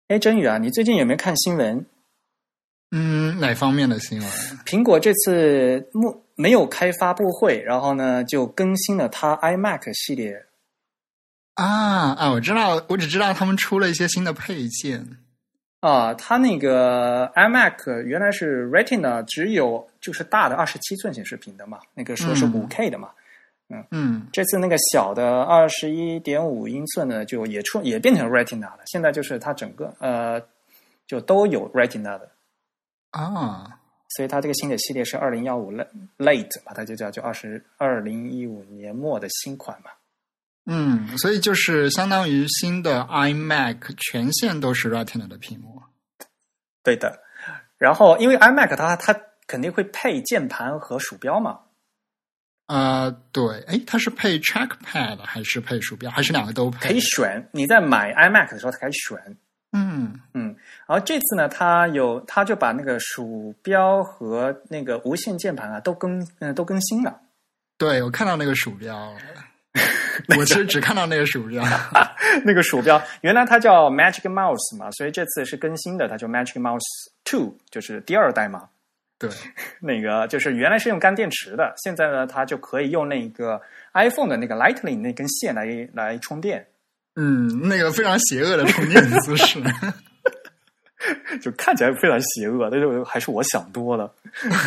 哎，真宇啊，你最近有没有看新闻？ 哪方面的新闻？ 苹果这次没有开发布会，然后呢就更新了它 iMac 系列我知道，我只知道他们出了一些新的配件啊。它那个 iMac 原来是 Retina 只有就是大的27寸显示屏的嘛，那个说是 5K 的嘛。这次那个小的21.5英寸呢，就也变成 Retina 了。现在就是它整个就都有 Retina 的所以它这个新的系列是2015 Late 把它就叫2015年末的新款嘛。 所以就是相当于新的 iMac 全线都是 Retina 的屏幕。 对的，然后因为 iMac 它肯定会配键盘和鼠标嘛。 对，它是配 Trackpad 还是配鼠标，还是两个都配？ 可以选，你在买 iMac 的时候它可以选。然后这次呢，它就把那个鼠标和那个无线键盘都更新了。 对，我看到那个鼠标了。我其实只看到那个鼠标。 那个鼠标原来它叫 Magic Mouse 嘛，所以这次是更新的，它叫 Magic Mouse 2，就是第二代嘛。 对， 那个就是原来是用干电池的，现在呢它就可以用那个 iPhone 的那个 Lightning 那根线来充电。 那个非常邪恶的充电姿势。 就看起来非常邪恶，但是还是我想多了。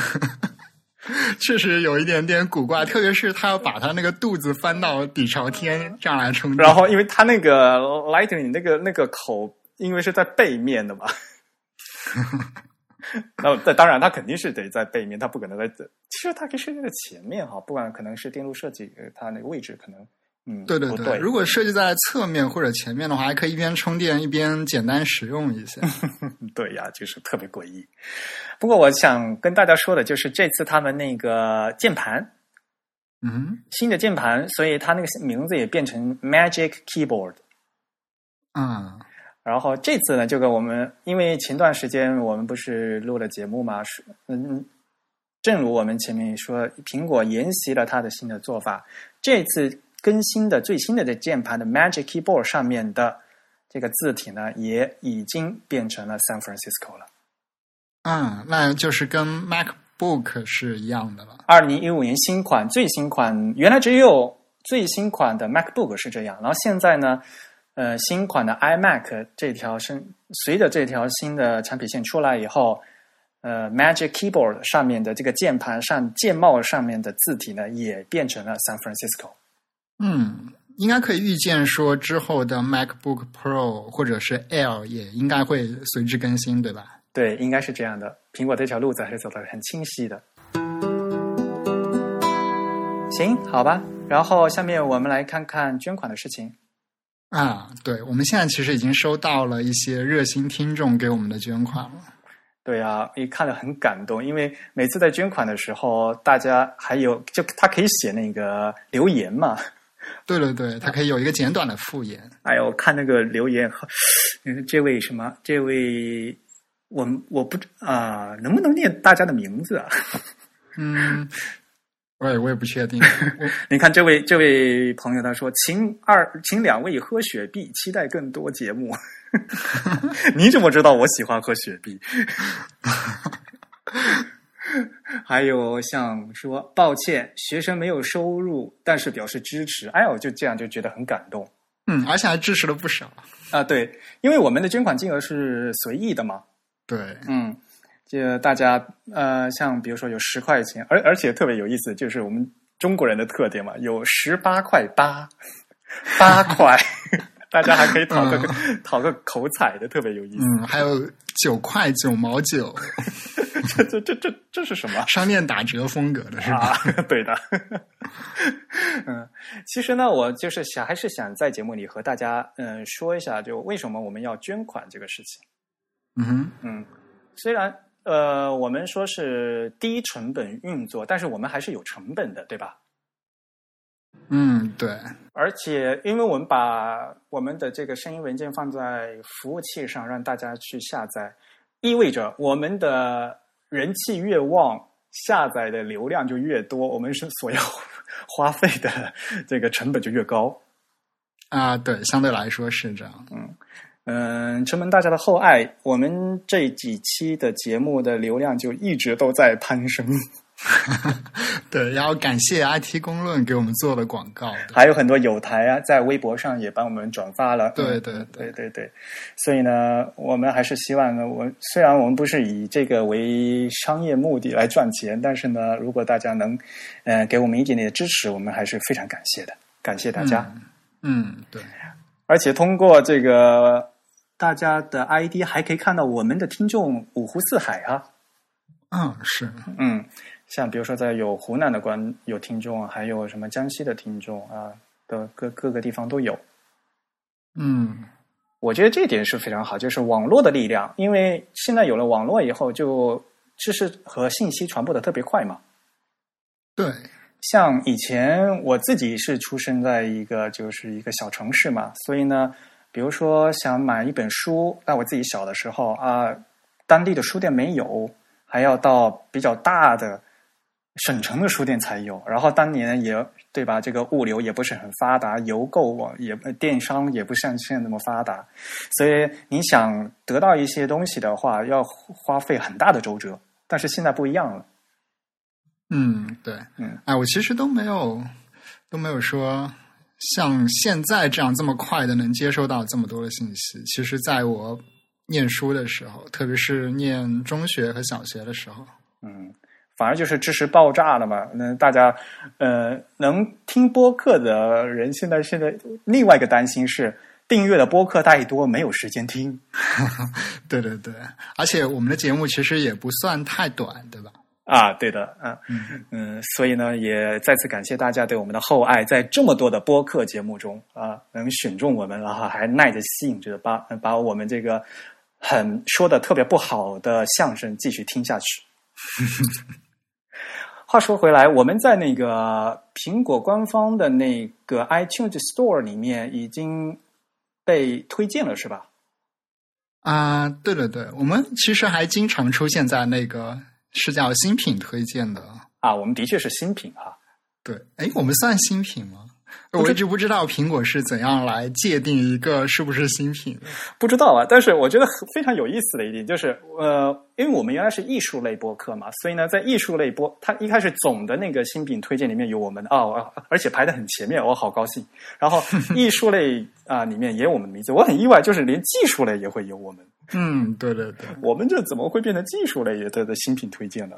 确实有一点点古怪，特别是他要把他那个肚子翻到底朝天这样来充电， 然后因为他那个 Lightning 那个口因为是在背面的嘛。那当然他肯定是得在背面，他不可能在其实他可以设计在前面哈，不管可能是电路设计它那个位置可能对，如果设计在侧面或者前面的话，还可以一边充电一边简单使用一下。 对呀，就是特别诡异。不过我想跟大家说的就是这次他们那个键盘新的键盘，所以它那个名字也变成 Magic Keyboard。然后这次呢，就跟我们因为前段时间我们不是录了节目嘛，正如我们前面说，苹果沿袭了它的新的做法，这次更新的最新的这键盘的 Magic Keyboard 上面的这个字体呢，也已经变成了 San Francisco 了。 那就是跟 MacBook 是一样的了。 2015年最新款，原来只有最新款的 MacBook 是这样，然后现在呢，新款的 iMac 随着这条新的产品线出来以后，Magic Keyboard 上面的这个键盘键帽上面的字体呢，也变成了 San Francisco。 应该可以预见说之后的 MacBook Pro 或者是 Air 也应该会随之更新，对吧？ 对，应该是这样的。苹果这条路子还是走得很清晰的。行，好吧。然后下面我们来看看捐款的事情。 对，我们现在其实已经收到了一些热心听众给我们的捐款了。 对啊，也看了很感动，因为每次在捐款的时候，大家就他可以写那个留言嘛。 对，他可以有一个简短的附言。 哎呦，我看那个留言，这位我不能不能念大家的名字啊？ 我也不确定。 你看这位朋友他说，请两位喝雪碧，期待更多节目。你怎么知道我喜欢喝雪碧？还有像说抱歉，学生没有收入，但是表示支持。哎呦，就这样就觉得很感动。 而且还支持了不少对，因为我们的捐款金额是随意的嘛。 对， 就大家像比如说有10块钱，而且特别有意思，就是我们中国人的特点嘛，有18块8块。大家还可以讨个口彩的，特别有意思。 还有9块9毛9， 这是什么？ 商店打折风格的是吧？ 对的。其实呢，我就是还是想在节目里和大家说一下，就为什么我们要捐款这个事情。虽然我们说是低成本运作，但是我们还是有成本的，对吧？ 对。 而且因为我们把我们的这个声音文件放在服务器上让大家去下载，意味着我们的人气越旺，下载的流量就越多，我们所要花费的这个成本就越高。 对，相对来说是这样。 承蒙大家的厚爱，我们这几期的节目的流量就一直都在攀升。 对，然后感谢 IT 公论给我们做的广告， 还有很多友台啊，在微博上也帮我们转发了。 对， 所以呢，我们还是希望呢，虽然我们不是以这个为商业目的来赚钱，但是呢，如果大家能给我们一点点的支持，我们还是非常感谢的，感谢大家。 对。 而且通过这个大家的 ID 还可以看到我们的听众五湖四海啊。 是。 像比如说在有湖南的有听众，还有什么江西的听众啊，的各个地方都有。我觉得这一点是非常好，就是网络的力量，因为现在有了网络以后，就知识和信息传播的特别快嘛。 对， 像以前我自己是出生在一个小城市嘛，所以呢，比如说想买一本书，在我自己小的时候啊，当地的书店没有，还要到比较大的省城的书店才有，然后当年也对吧，这个物流也不是很发达，邮购电商也不像现在那么发达，所以你想得到一些东西的话，要花费很大的周折。但是现在不一样了。 对，我其实都没有说像现在这样这么快的能接收到这么多的信息。其实在我念书的时候，特别是念中学和小学的时候， 反而就是知识爆炸了嘛。那大家能听播客的人现在另外一个担心是订阅的播客太多，没有时间听。 对，而且我们的节目其实也不算太短，对吧？ 对的所以呢，也再次感谢大家对我们的厚爱，在这么多的播客节目中能选中我们，然后还耐着性子把我们这个很说的特别不好的相声继续听下去。话说回来，我们在那个苹果官方的那个 iTunes Store 里面已经被推荐了，是吧？ 对，我们其实还经常出现在那个是叫新品推荐的我们的确是新品对，我们算新品吗？我一直不知道苹果是怎样来界定一个是不是新品。 不知道但是我觉得非常有意思的一点就是，因为我们原来是艺术类播客嘛，所以呢，在艺术类它一开始总的那个新品推荐里面有我们的而且排得很前面，我好高兴。然后艺术类里面也有我们的名字，我很意外，就是连技术类也会有我们。 对， 我们这怎么会变成技术类的新品推荐呢？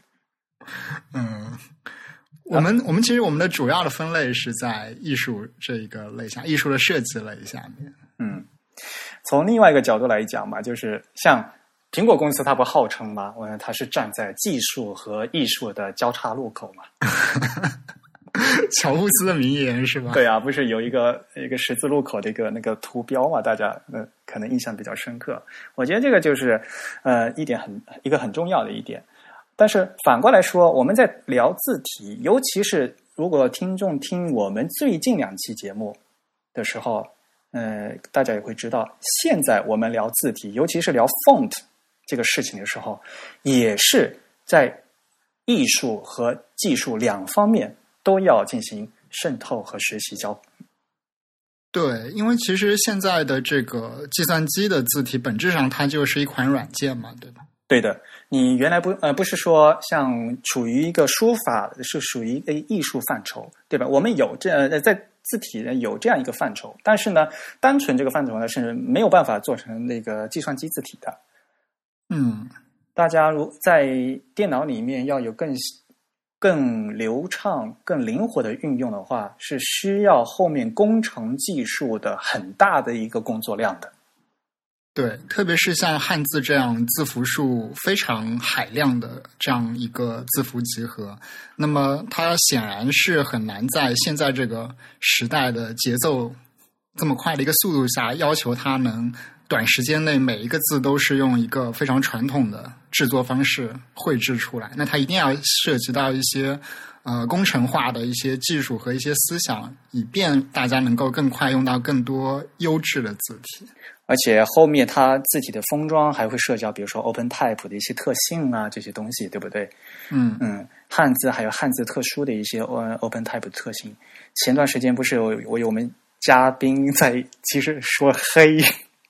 我们其实我们的主要的分类是在艺术这一个类下，艺术的设计类下面。 从另外一个角度来讲嘛，就是像苹果公司，它不号称吗？它是站在技术和艺术的交叉路口嘛。 乔布斯的名言是吧？ 对不是有一个十字路口的那个图标嘛？大家可能印象比较深刻。我觉得这个就是一个很重要的一点。但是反过来说，我们在聊字体，尤其是如果听众听我们最近2期节目的时候，大家也会知道，现在我们聊字体，尤其是聊 font 这个事情的时候，也是在艺术和技术两方面都要进行渗透和学习交。 对，因为其实现在的这个计算机的字体本质上它就是一款软件嘛，对吧？ 对的，你原来不是说像处于一个书法是属于一个艺术范畴，对吧？我们有在字体有这样一个范畴，但是呢，单纯这个范畴呢是没有办法做成那个计算机字体的。大家在电脑里面要有更流畅、更灵活的运用的话，是需要后面工程技术的很大的一个工作量的。 对，特别是像汉字这样字符数非常海量的这样一个字符集合，那么它显然是很难在现在这个时代的节奏这么快的一个速度下，要求它能短时间内每一个字都是用一个非常传统的制作方式绘制出来。那它一定要涉及到一些工程化的一些技术和一些思想，以便大家能够更快用到更多优质的字体。 而且后面它字体的封装还会涉及到比如说 OpenType 的一些特性这些东西，对不对？汉字还有汉字特殊的一些 OpenType 的特性。前段时间不是有我们嘉宾在其实说黑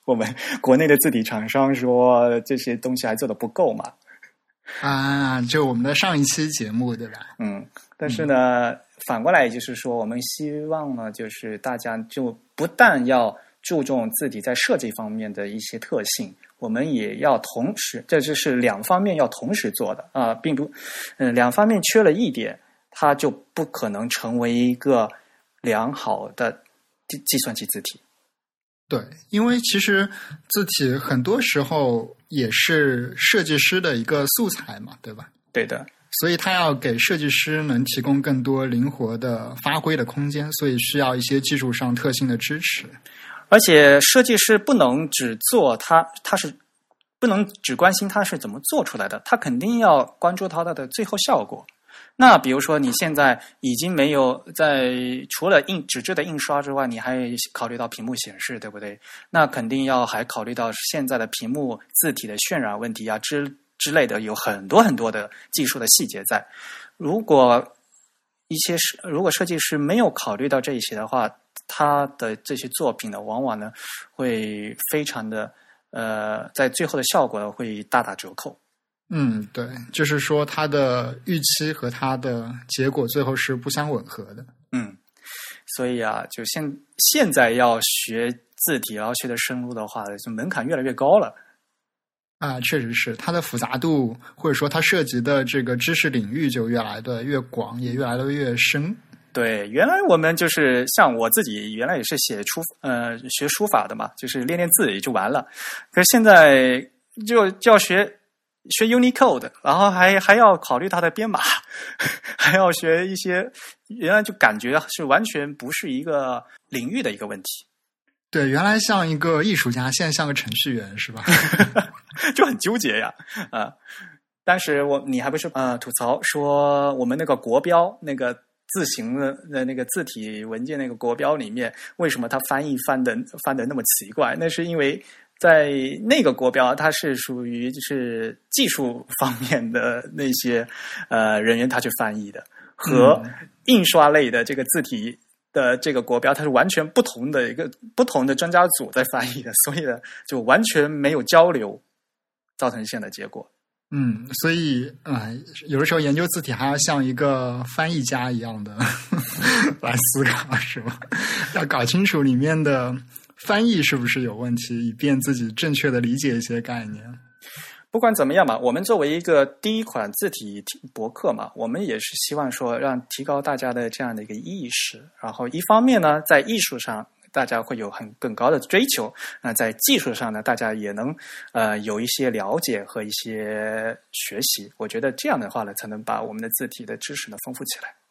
我们国内的字体厂商说这些东西还做得不够嘛。 啊，就我们的上一期节目对吧？ 但是呢，反过来也就是说，我们希望呢，就是大家就不但要注重字体在设计方面的一些特性，我们也要同时，这就是两方面要同时做的啊，并不，两方面缺了一点，它就不可能成为一个良好的计算机字体。 对，因为其实字体很多时候也是设计师的一个素材嘛，对吧？ 对的， 所以他要给设计师能提供更多灵活的发挥的空间，所以需要一些技术上特性的支持。 而且设计师不能只做他是不能只关心他是怎么做出来的，他肯定要关注他的最后效果。那比如说你现在已经没有除了纸质的印刷之外，你还考虑到屏幕显示，对不对？那肯定要还考虑到现在的屏幕字体的渲染问题啊之类的，有很多很多的技术的细节在。如果设计师没有考虑到这一些的话，他的这些作品呢，往往呢会非常的在最后的效果会大打折扣。 对，就是说他的预期和他的结果最后是不相吻合的。 所以啊，就现在要学字体，然后学的深入的话，就门槛越来越高了。 啊，确实是，它的复杂度或者说它涉及的这个知识领域就越来的越广，也越来的越深。 对，原来我们就是像我自己原来也是学书法的嘛，就是练练字也就完了。可是现在就要学 Unicode， 然后还要考虑它的编码，还要学一些，原来就感觉是完全不是一个领域的一个问题。 对，原来像一个艺术家，现在像个程序员，是吧？ 就很纠结呀，当时你还不是吐槽说我们那个国标那个字形的那个字体文件那个国标里面，为什么它翻译翻的那么奇怪？那是因为在那个国标它是属于就是技术方面的那些人员他去翻译的，和印刷类的这个字体的这个国标，它是完全不同的专家组在翻译的，所以呢就完全没有交流，造成现在的结果。 所以有的时候研究字体还要像一个翻译家一样的来思考，是吧？要搞清楚里面的翻译是不是有问题，以便自己正确的理解一些概念。 不管怎么样吧，我们作为一个第一款字体博客嘛，我们也是希望说让提高大家的这样的一个意识，然后一方面呢，在艺术上大家会有更高的追求，那在技术上呢，大家也能有一些了解和一些学习。我觉得这样的话呢，才能把我们的字体的知识呢丰富起来。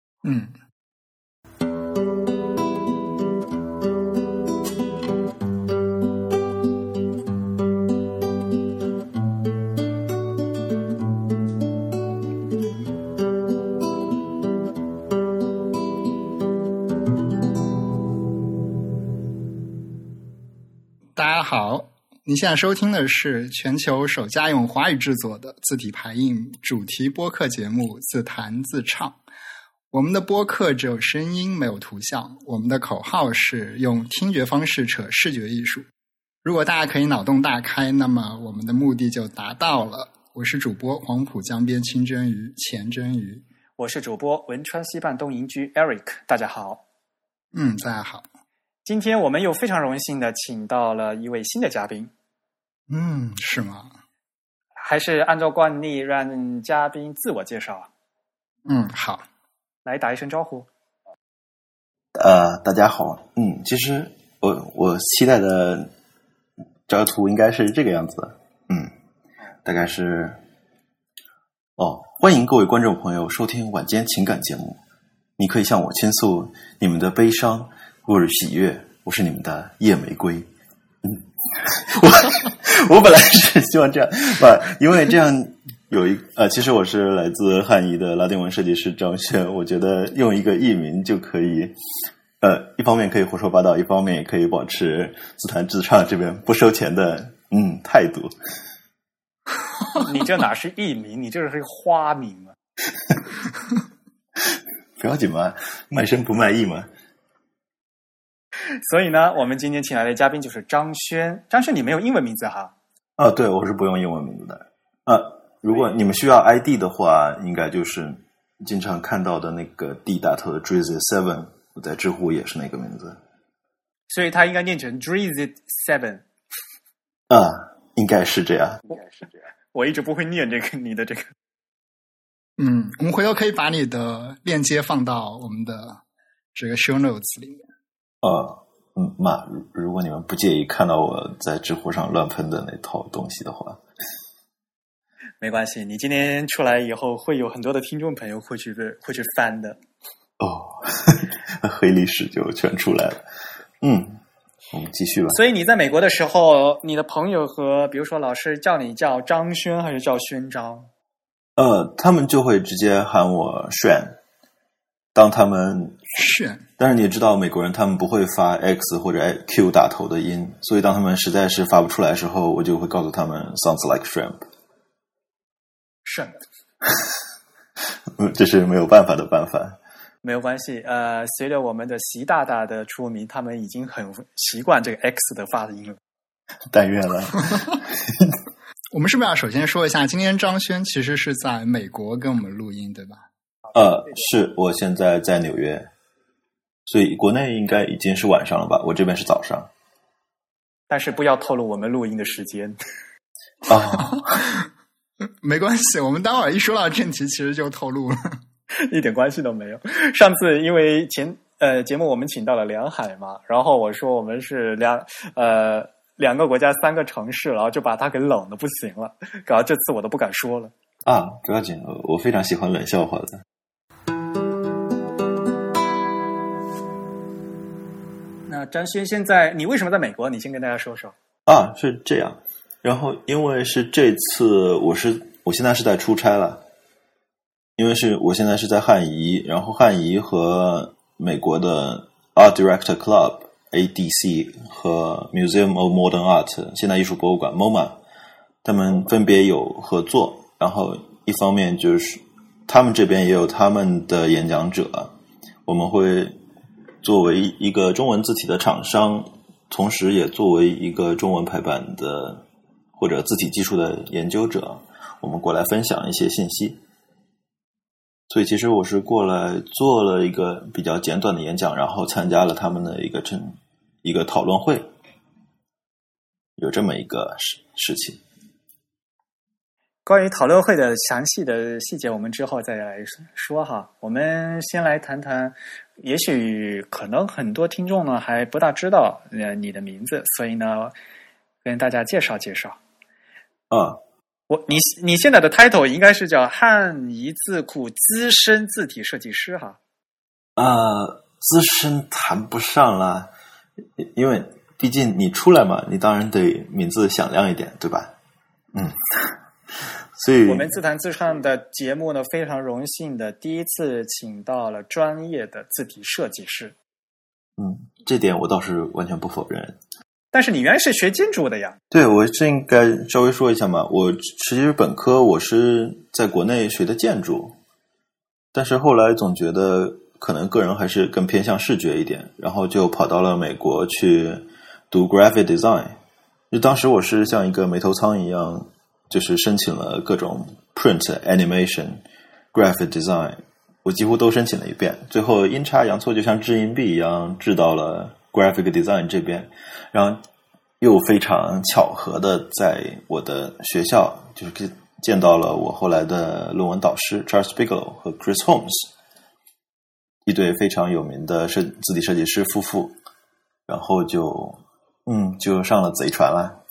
大家好，你现在收听的是全球首家用华语制作的字体排印主题播客节目《自弹自唱》。我们的播客只有声音没有图像，我们的口号是用听觉方式扯视觉艺术。如果大家可以脑洞大开，那么我们的目的就达到了。我是主播黄浦江边清蒸鱼钱蒸鱼， 我是主播汶川西畔东营居 Eric， 大家好。 大家好。 今天我们又非常荣幸的请到了一位新的嘉宾。 是吗？ 还是按照惯例让嘉宾自我介绍。 好， 来打一声招呼。 大家好。其实我期待的这个图应该是这个样子的。大概是欢迎各位观众朋友收听晚间情感节目，你可以向我倾诉你们的悲伤或者喜悦，我是你们的夜玫瑰。我本来是希望这样因为这样有其实我是来自汉仪的拉丁文设计师张轩，我觉得用一个艺名就可以一方面可以胡说八道，一方面也可以保持自弹自唱这边不收钱的态度。 你这哪是艺名，你这是花名啊。 不要紧嘛，卖身不卖艺嘛。 所以呢，我们今天请来的嘉宾就是张轩。张轩，你没有英文名字哈？ 对，我是不用英文名字的。如果你们需要 ID 的话，应该就是经常看到的那个 D 打头的 Drizzy7， 我在知乎也是那个名字。 所以它应该念成 Drizzy7。 应该是这样。 我一直不会念这个你的这个。 我们回头可以把你的链接放到我们的这个 show notes 里面。 如果你们不介意看到我在知乎上乱喷的那套东西的话， 没关系。你今天出来以后，会有很多的听众朋友会去翻的。 黑历史就全出来了。我们继续吧。 所以你在美国的时候，你的朋友和比如说老师叫你叫张轩还是叫轩张？ 他们就会直接喊我炫。当他们炫， 但是你也知道美国人他们不会发 X 或者 Q 打头的音，所以当他们实在是发不出来的时候，我就会告诉他们 sounds like shrimp。 这是没有办法的办法。 没有关系，随着我们的习大大的出名，他们已经很习惯这个 X 的发音了。 但愿了。 我们是不是要首先说一下，今天张轩其实是在美国跟我们录音，对吧？ 是，我现在在纽约，所以国内应该已经是晚上了吧？我这边是早上。 但是不要透露我们录音的时间。 没关系，我们待会儿一说到正题，其实就透露了。 一点关系都没有。上次因为节目我们请到了梁海嘛，然后我说我们是两个国家3个城市，然后就把他给冷的不行了。然后这次我都不敢说了。 不要紧，我非常喜欢冷笑话的。 那张轩，现在你为什么在美国？你先跟大家说说。 是这样。然后因为是这次我现在是在出差了。因为我现在是在汉仪，然后汉仪和美国的 Art Director Club ADC 和 Museum of Modern Art 现代艺术博物馆 MoMA 他们分别有合作，然后一方面就是他们这边也有他们的演讲者，我们会作为一个中文字体的厂商，同时也作为一个中文排版的或者字体技术的研究者，我们过来分享一些信息。所以其实我是过来做了一个比较简短的演讲，然后参加了他们的一个讨论会，有这么一个事情。 关于讨论会的详细的细节，我们之后再来说哈。我们先来谈谈，也许可能很多听众呢还不大知道你的名字，所以呢跟大家介绍介绍。你现在的 title 应该是叫汉仪字库资深字体设计师哈。 资深谈不上啦，因为毕竟你出来嘛，你当然得名字响亮一点，对吧？所以我们自弹自唱的节目呢，非常荣幸的第一次请到了专业的字体设计师。 这点我倒是完全不否认。 但是你原来是学建筑的呀？ 对，我这应该稍微说一下嘛。我其实本科我是在国内学的建筑，但是后来总觉得可能个人还是更偏向视觉一点，然后就跑到了美国去读 graphic design。就当时我是像一个没头苍一样，就是申请了各种 print animation graphic design， 我几乎都申请了一遍，最后阴差阳错就像掷硬币一样掷到了graphic design 这边，然后又非常巧合的在我的学校就是见到了我后来的论文导师 Charles Bigelow 和 Chris Holmes， 一对非常有名的字体设计师夫妇，然后就上了贼船了。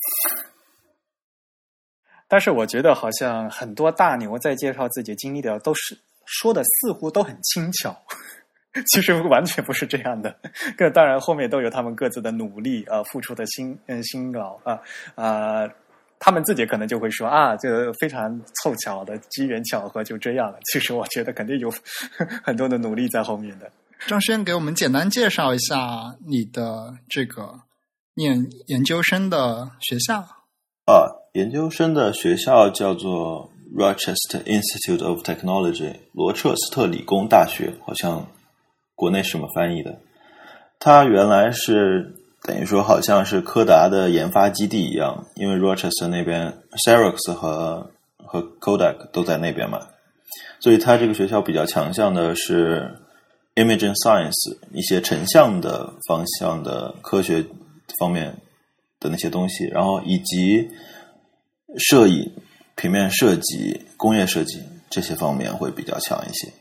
但是我觉得好像很多大牛在介绍自己经历的都是说的似乎都很轻巧，其实完全不是这样的。当然后面都有他们各自的努力付出的辛劳他们自己可能就会说这个非常凑巧的机缘巧合就这样了。其实我觉得肯定有很多的努力在后面的。 张轩给我们简单介绍一下你的这个念研究生的学校。 研究生的学校叫做 Rochester Institute of Technology， 罗彻斯特理工大学，好像国内是这么翻译的。 它原来是等于说好像是柯达的研发基地一样，因为 Rochester 那边 Xerox 和 Kodak 都在那边嘛，所以它这个学校比较强项的是 Imaging Science 一些成像的方向的科学方面的那些东西，然后以及摄影、平面设计、工业设计这些方面会比较强一些。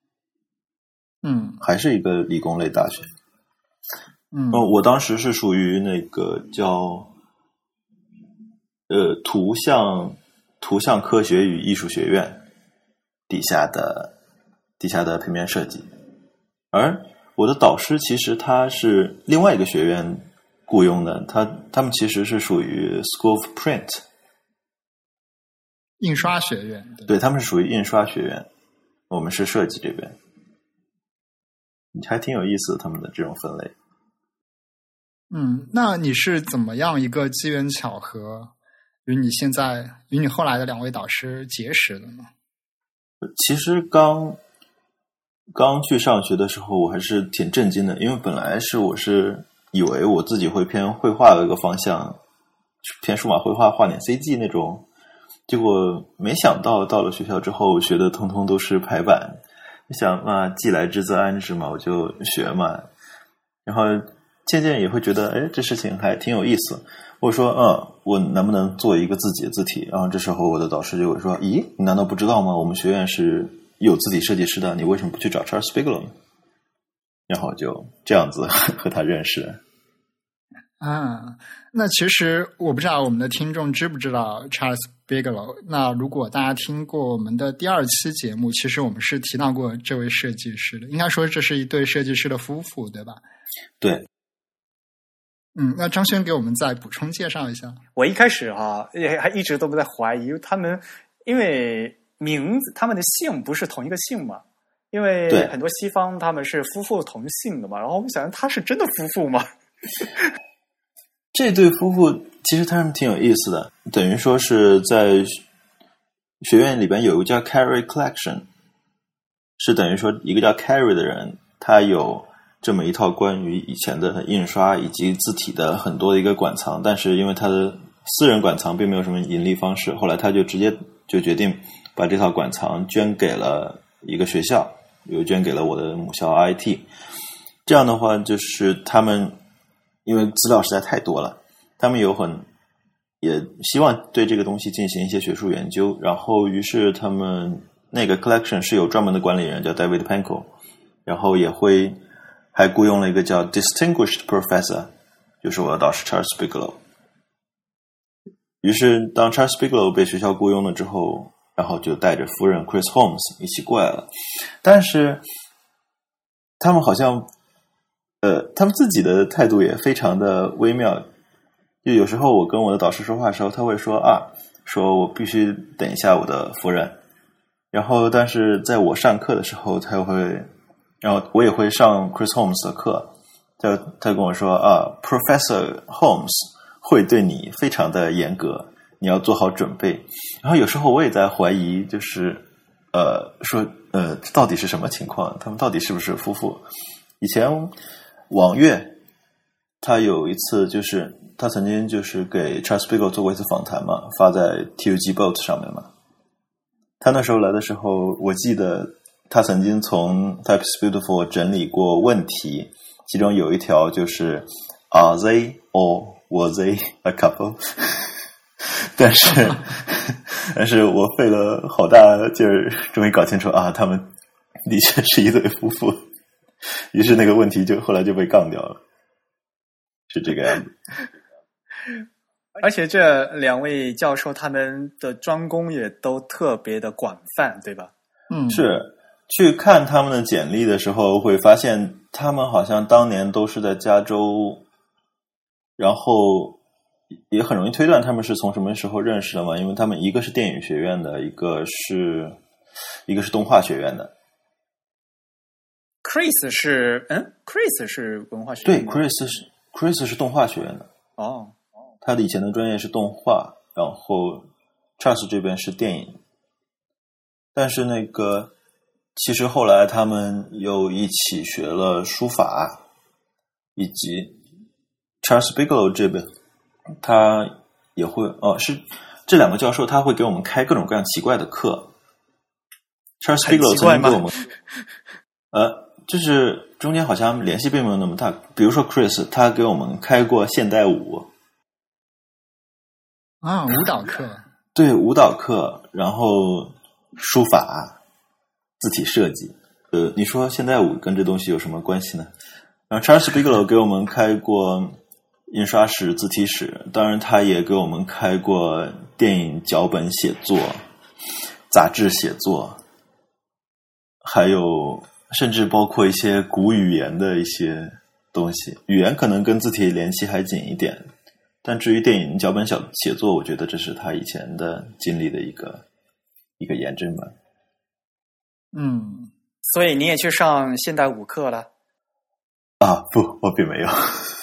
还是一个理工类大学。我当时是属于那个叫图像科学与艺术学院底下的平面设计，而我的导师其实他是另外一个学院雇佣的，他们其实是属于 School of Print 印刷学院， 对，他们是属于印刷学院，我们是设计这边，还挺有意思的他们的这种分类。 那你是怎么样一个机缘巧合与你后来的两位导师结识的呢？ 其实刚去上学的时候，我还是挺震惊的，因为本来我是以为我自己会偏绘画的一个方向，偏数码绘画，画点 CG 那种，结果没想到到了学校之后，学的通通都是排版。你想嘛，既来之则安之嘛，我就学嘛，然后渐渐也会觉得，这事情还挺有意思。我说，我能不能做一个自己的字体？然后这时候我的导师就会说，咦，你难道不知道吗？我们学院是有字体设计师的，你为什么不去找 Charles Bigelow 呢？然后就这样子和他认识。 那其实我不知道我们的听众知不知道 Charles Bigelow。那如果大家听过我们的第2期节目，其实我们是提到过这位设计师的，应该说这是一对设计师的夫妇，对吧？ 对。 那张轩给我们再补充介绍一下。 我一开始还一直都不在怀疑他们，因为名字他们的姓不是同一个姓嘛，因为很多西方他们是夫妇同姓的嘛，然后我们想他是真的夫妇吗？ 这对夫妇其实他们挺有意思的，等于说是在学院里边有一个叫 Carey Collection， 是等于说一个叫 Carey 的人，他有这么一套关于以前的印刷以及字体的很多的一个馆藏，但是因为他的私人馆藏并没有什么盈利方式，后来他就直接就决定把这套馆藏捐给了一个学校，又捐给了我的母校 IT。 这样的话就是他们因为资料实在太多了，他们也希望对这个东西进行一些学术研究，然后于是他们那个 collection 是有专门的管理人叫 David Pankow， 然后还雇佣了一个叫 Distinguished Professor， 就是我的导师 Charles Bigelow。 于是当 Charles Bigelow 被学校雇佣了之后，然后就带着夫人 Chris Holmes 一起过来了，但是他们好像他们自己的态度也非常的微妙，就有时候我跟我的导师说话的时候，他会说我必须等一下我的夫人，然后但是在我上课的时候，然后我也会上 Chris Holmes 的课，他跟我说Professor Holmes 会对你非常的严格，你要做好准备。然后有时候我也在怀疑，就是到底是什么情况，他们到底是不是夫妇。以前王悦他有一次就是他曾经就是给 Charles Bigelow 做过一次访谈嘛，发在 TUG Boat 上面嘛。他那时候来的时候，我记得他曾经从 Type is Beautiful 整理过问题，其中有一条就是 Are they or were they a couple？ 但是我费了好大劲儿，终于搞清楚他们的确是一对夫妇。于是那个问题后来就被杠掉了，是这个样子。 而且这2位教授他们的专攻也都特别的广泛，对吧？ 是。去看他们的简历的时候，会发现他们好像当年都是在加州，然后也很容易推断他们是从什么时候认识的嘛，因为他们一个是电影学院的，一个是动画学院的。 Chris 是文化学院的。对， Chris 是动画学院的。他的以前的专业是动画，然后 Charles 这边是电影。但是其实后来他们又一起学了书法， 以及 Charles Bigelow 这边，他也会是这两个教授，他会给我们开各种各样奇怪的课。Charles Bigelow 曾经给我们，就是中间好像联系并没有那么大。比如说 Chris， 他给我们开过现代舞啊，舞蹈课， 对，舞蹈课，然后书法、字体设计。你说现代舞跟这东西有什么关系呢？然后 Charles Bigelow 给我们开过印刷史、字体史，当然他也给我们开过电影脚本写作、杂志写作，还有甚至包括一些古语言的一些东西。语言可能跟字体联系还紧一点，但至于电影脚本写作，我觉得这是他以前的经历的一个验证吧。 所以你也去上现代舞课了？ 不，我并没有。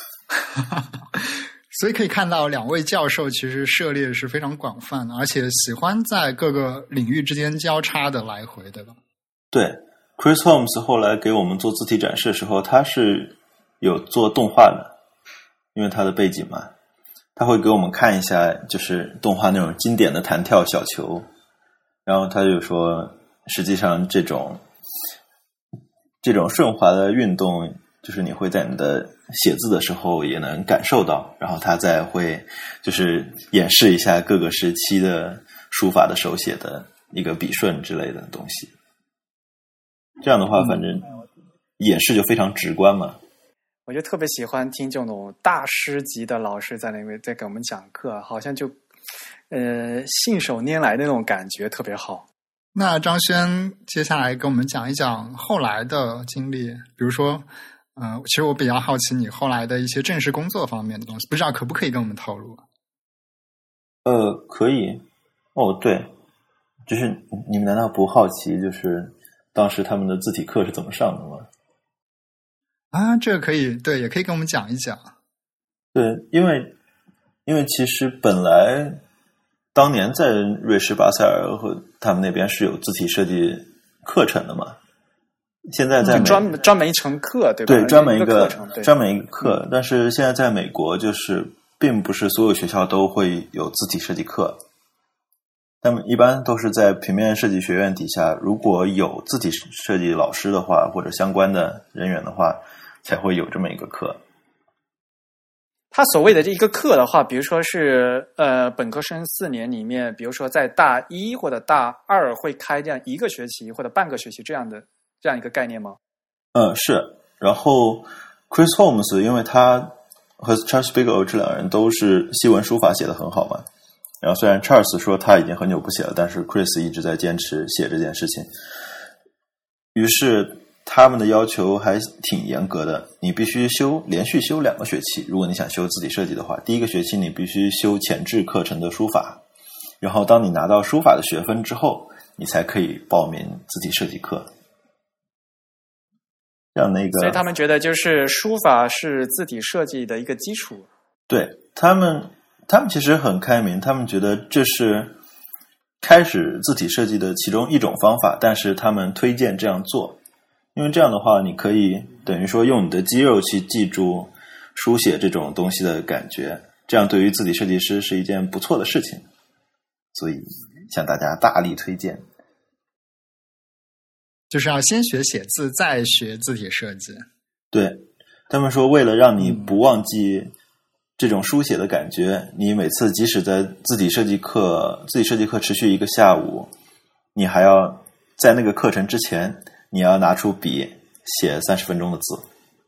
所以可以看到两位教授其实涉猎是非常广泛的，而且喜欢在各个领域之间交叉的来回，对吧？ 对， Chris Holmes 后来给我们做字体展示的时候，他是有做动画的，因为他的背景嘛，他会给我们看一下就是动画那种经典的弹跳小球，然后他就说实际上这种顺滑的运动，就是你会在你的写字的时候也能感受到，然后他再会就是演示一下各个时期的书法的手写的一个笔顺之类的东西。这样的话反正演示就非常直观嘛。 我就特别喜欢听这种大师级的老师在那边在给我们讲课，好像就信手拈来的那种感觉特别好。 那张轩接下来跟我们讲一讲后来的经历，比如说其实我比较好奇你后来的一些正式工作方面的东西，不知道可不可以跟我们透露？ 可以。对，就是你们难道不好奇就是当时他们的字体课是怎么上的吗？ 这个可以，对，也可以跟我们讲一讲。 对，因为其实本来当年在瑞士巴塞尔和他们那边是有字体设计课程的嘛，现在在专门一程课，对吧？ 对，专门一个课，但是现在在美国就是并不是所有学校都会有字体设计课，他们一般都是在平面设计学院底下，如果有字体设计老师的话或者相关的人员的话才会有这么一个课。 他所谓的这一个课的话，比如说是本科生4年里面，比如说在大1或者大2会开这样一个学期或者半个学期这样一个概念吗？ 是。然后 Chris Holmes 因为他和 Charles Bigelow 这两人都是西文书法写得很好嘛，然后虽然 Charles 说他已经很久不写了，但是 Chris 一直在坚持写这件事情，于是他们的要求还挺严格的，你必须连续修2个学期，如果你想修字体设计的话，第一个学期你必须修前置课程的书法，然后当你拿到书法的学分之后，你才可以报名字体设计课。这样所以他们觉得就是书法是字体设计的一个基础。 对，他们其实很开明，他们觉得这是开始字体设计的其中一种方法，但是他们推荐这样做，因为这样的话你可以等于说用你的肌肉去记住书写这种东西的感觉，这样对于字体设计师是一件不错的事情，所以向大家大力推荐。 就是要先学写字再学字体设计。 对，他们说为了让你不忘记这种书写的感觉，你每次即使在字体设计课持续1个下午，你还要在那个课程之前你要拿出笔写30分钟的字。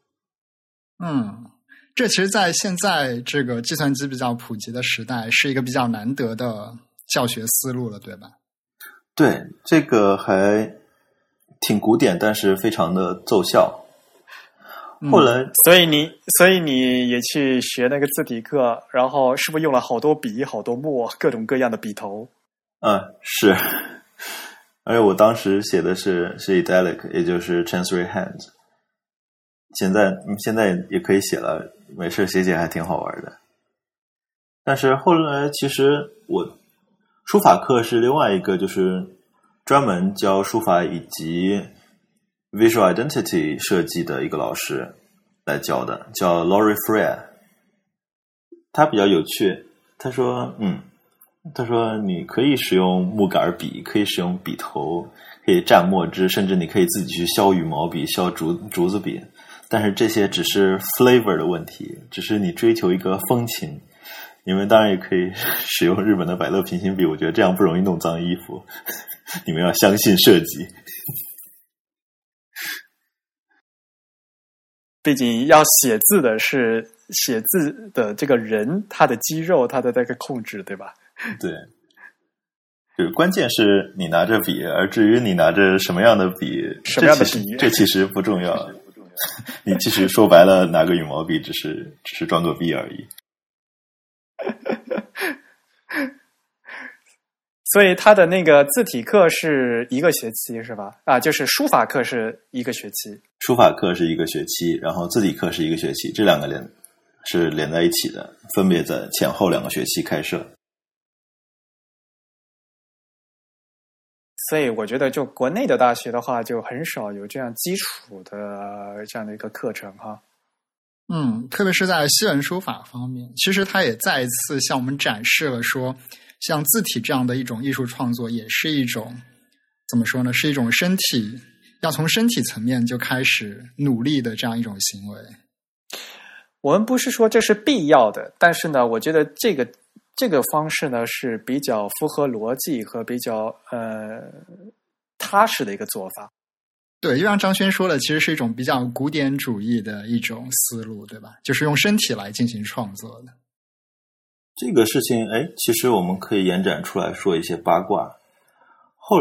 这其实在现在这个计算机比较普及的时代是一个比较难得的教学思路了，对吧？ 对，这个还挺古典，但是非常的奏效。后来所以你也去学那个字体课，然后是不是用了好多笔好多墨各种各样的笔头？ 是。而且我当时写的是 Idyllic， 也就是 Chancery Hand， 现在也可以写了，没事写还挺好玩的。但是后来其实我书法课是另外一个，就是专门教书法以及 visual identity 设计的一个老师来教的，叫 Laurie Freire。他比较有趣，他说你可以使用木杆笔，可以使用笔头，可以蘸墨汁，甚至你可以自己去削羽毛笔、削竹子笔，但是这些只是 flavor 的问题，只是你追求一个风情。你们当然也可以使用日本的百乐平行笔，我觉得这样不容易弄脏衣服。你们要相信设计， 毕竟要写字的是写字的这个人，他的肌肉，他的那个控制，对吧？ 对，就是关键是你拿着笔，而至于你拿着什么样的笔，这其实不重要。你其实说白了，拿个羽毛笔只是装个逼而已。 所以他的那个字体课是一个学期是吧？啊，就是书法课是一个学期， 书法课是一个学期，然后字体课是一个学期，这两个是连在一起的，分别在前后2个学期开设。 所以我觉得就国内的大学的话，就很少有这样基础的这样的一个课程哈。 特别是在西文书法方面，其实它也再一次向我们展示了说，像字体这样的一种艺术创作，也是一种怎么说呢？是一种身体要从身体层面就开始努力的这样一种行为。 我们不是说这是必要的，但是呢，我觉得这个方式呢是比较符合逻辑和比较踏实的一个做法。 对，就像张轩说的，其实是一种比较古典主义的一种思路，对吧？就是用身体来进行创作的。 这个事情，其实我们可以延展出来说一些八卦。后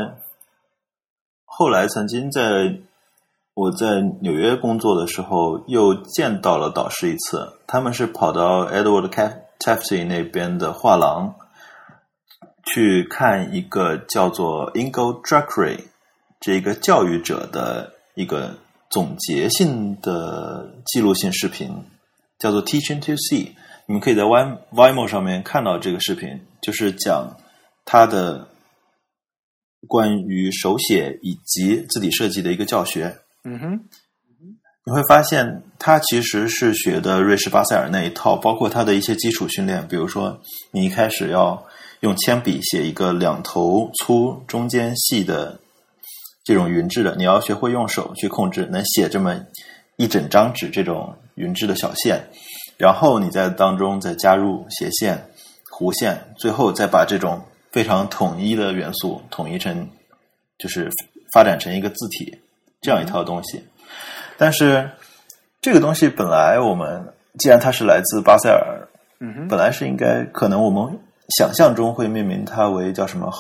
来曾经我在纽约工作的时候，又见到了导师一次，他们是跑到 Edward Tafty 那边的画廊去看一个叫做 Ingo Druckery 这个教育者的一个总结性的记录性视频，叫做 Teaching to See。 你们可以在 Vimeo 上面看到这个视频，就是讲他的关于手写以及字体设计的一个教学。你会发现他其实是学的瑞士巴塞尔那一套，包括他的一些基础训练，比如说你一开始要用铅笔写一个2头粗中间细的这种匀质的，你要学会用手去控制，能写这么一整张纸这种匀质的小线，然后你在当中再加入斜线、弧线，最后再把这种非常统一的元素统一成，就是发展成一个字体这样一套东西。但是这个东西本来我们既然它是来自巴塞尔，本来是应该可能我们想象中会命名它为叫什么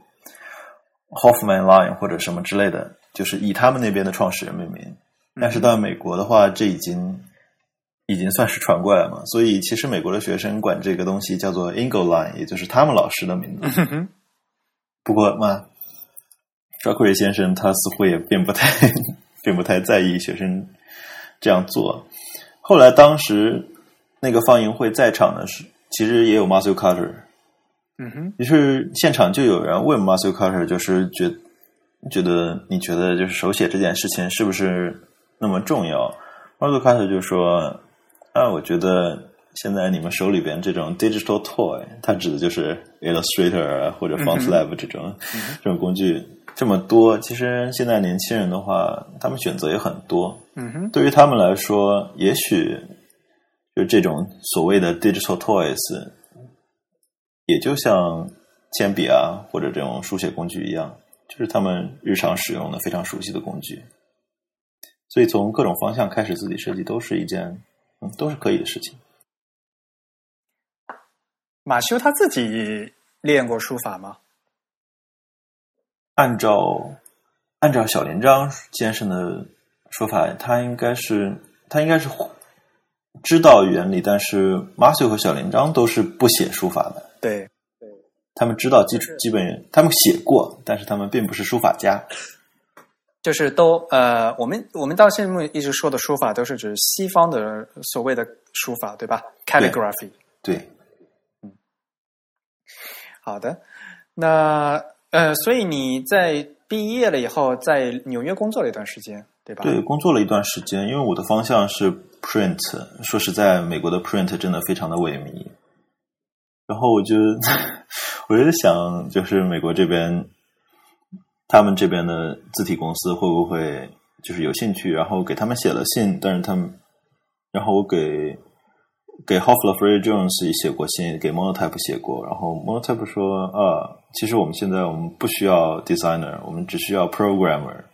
Hoffman Line 或者什么之类的，就是以他们那边的创始人命名。但是到美国的话，这已经算是传过来嘛，所以其实美国的学生管这个东西叫做 Ingo Line， 也就是他们老师的名字。不过嘛，Druckery 先生他似乎也并不太在意学生这样做。后来当时那个放映会在场的是，其实也有 Matthew Carter。于是现场就有人问 Matthew Carter， 就是觉得你觉得就是手写这件事情是不是那么重要？ Matthew Carter 就说我觉得现在你们手里边这种 digital toy， 它指的就是 Illustrator 或者 FontLab 这种工具这么多，其实现在年轻人的话，他们选择也很多。对于他们来说，也许就这种所谓的 digital toys， 也就像铅笔啊或者这种书写工具一样，就是他们日常使用的非常熟悉的工具。所以从各种方向开始自己设计都是一件都是可以的事情。 马修他自己练过书法吗？ 按照小林章先生的说法，他应该是知道原理，但是马修和小林章都是不写书法的。 对， 他们知道基本他们写过，但是他们并不是书法家。 就是我们到现在一直说的书法都是指西方的所谓的书法，对吧？ Calligraphy。 对。 好的。那所以你在毕业了以后在纽约工作了一段时间，对吧？ 对，工作了一段时间，因为我的方向是 print， 说实在，美国的 print 真的非常的萎靡。然后我就在想，就是美国这边，他们这边的字体公司会不会就是有兴趣，然后给他们写了信，但是他们，然后我给 Hoffler Freer Jones 也写过信，给 Monotype 写过，然后 Monotype 说其实我们现在不需要 designer， 我们只需要 programmer。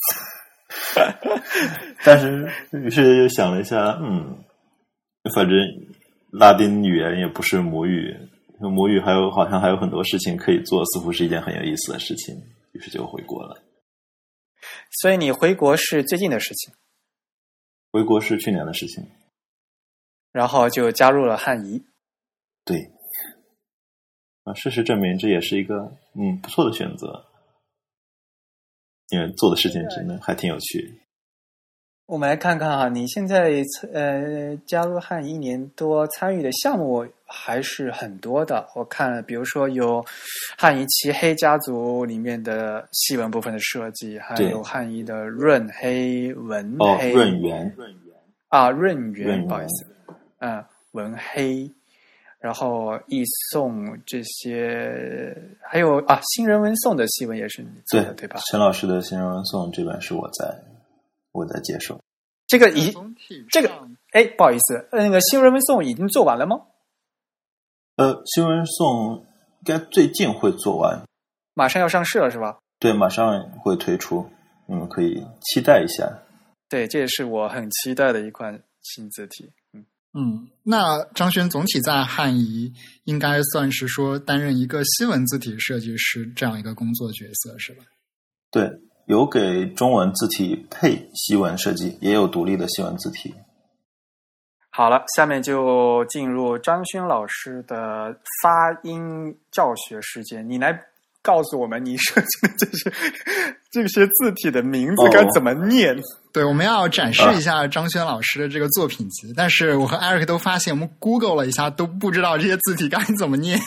但是于是又想了一下，反正拉丁语言也不是母语，母语好像还有很多事情可以做，似乎是一件很有意思的事情，于是就回国了。 所以你回国是最近的事情？ 回国是去年的事情。 然后就加入了汉仪。 对，事实证明这也是一个不错的选择，因为做的事情真的还挺有趣。 我们来看看你现在加入汉仪1年多，参与的项目还是很多的。我看比如说有汉仪漆黑家族里面的细纹部分的设计，还有汉仪的润黑纹黑润圆不好意思，纹黑，然后译诵这些，还有新人文颂的细纹也是你做的，对吧？ 陈老师的新人文颂这边是我在接受。 这个不好意思，那个新人文颂已经做完了吗？ 新人文颂应该最近会做完， 马上要上市了是吧？ 对，马上会推出，你们可以期待一下。 对，这也是我很期待的一款新字体。 那张轩总体在汉仪应该算是说担任一个西文字体设计师这样一个工作角色是吧？ 对，有给中文字体配西文设计，也有独立的西文字体。 好了，下面就进入张轩老师的发音教学时间，你来告诉我们你设计的这些字体的名字该怎么念。 对，我们要展示一下张轩老师的这个作品集，但是我和 Eric 都发现我们 Google 了一下都不知道这些字体该怎么念。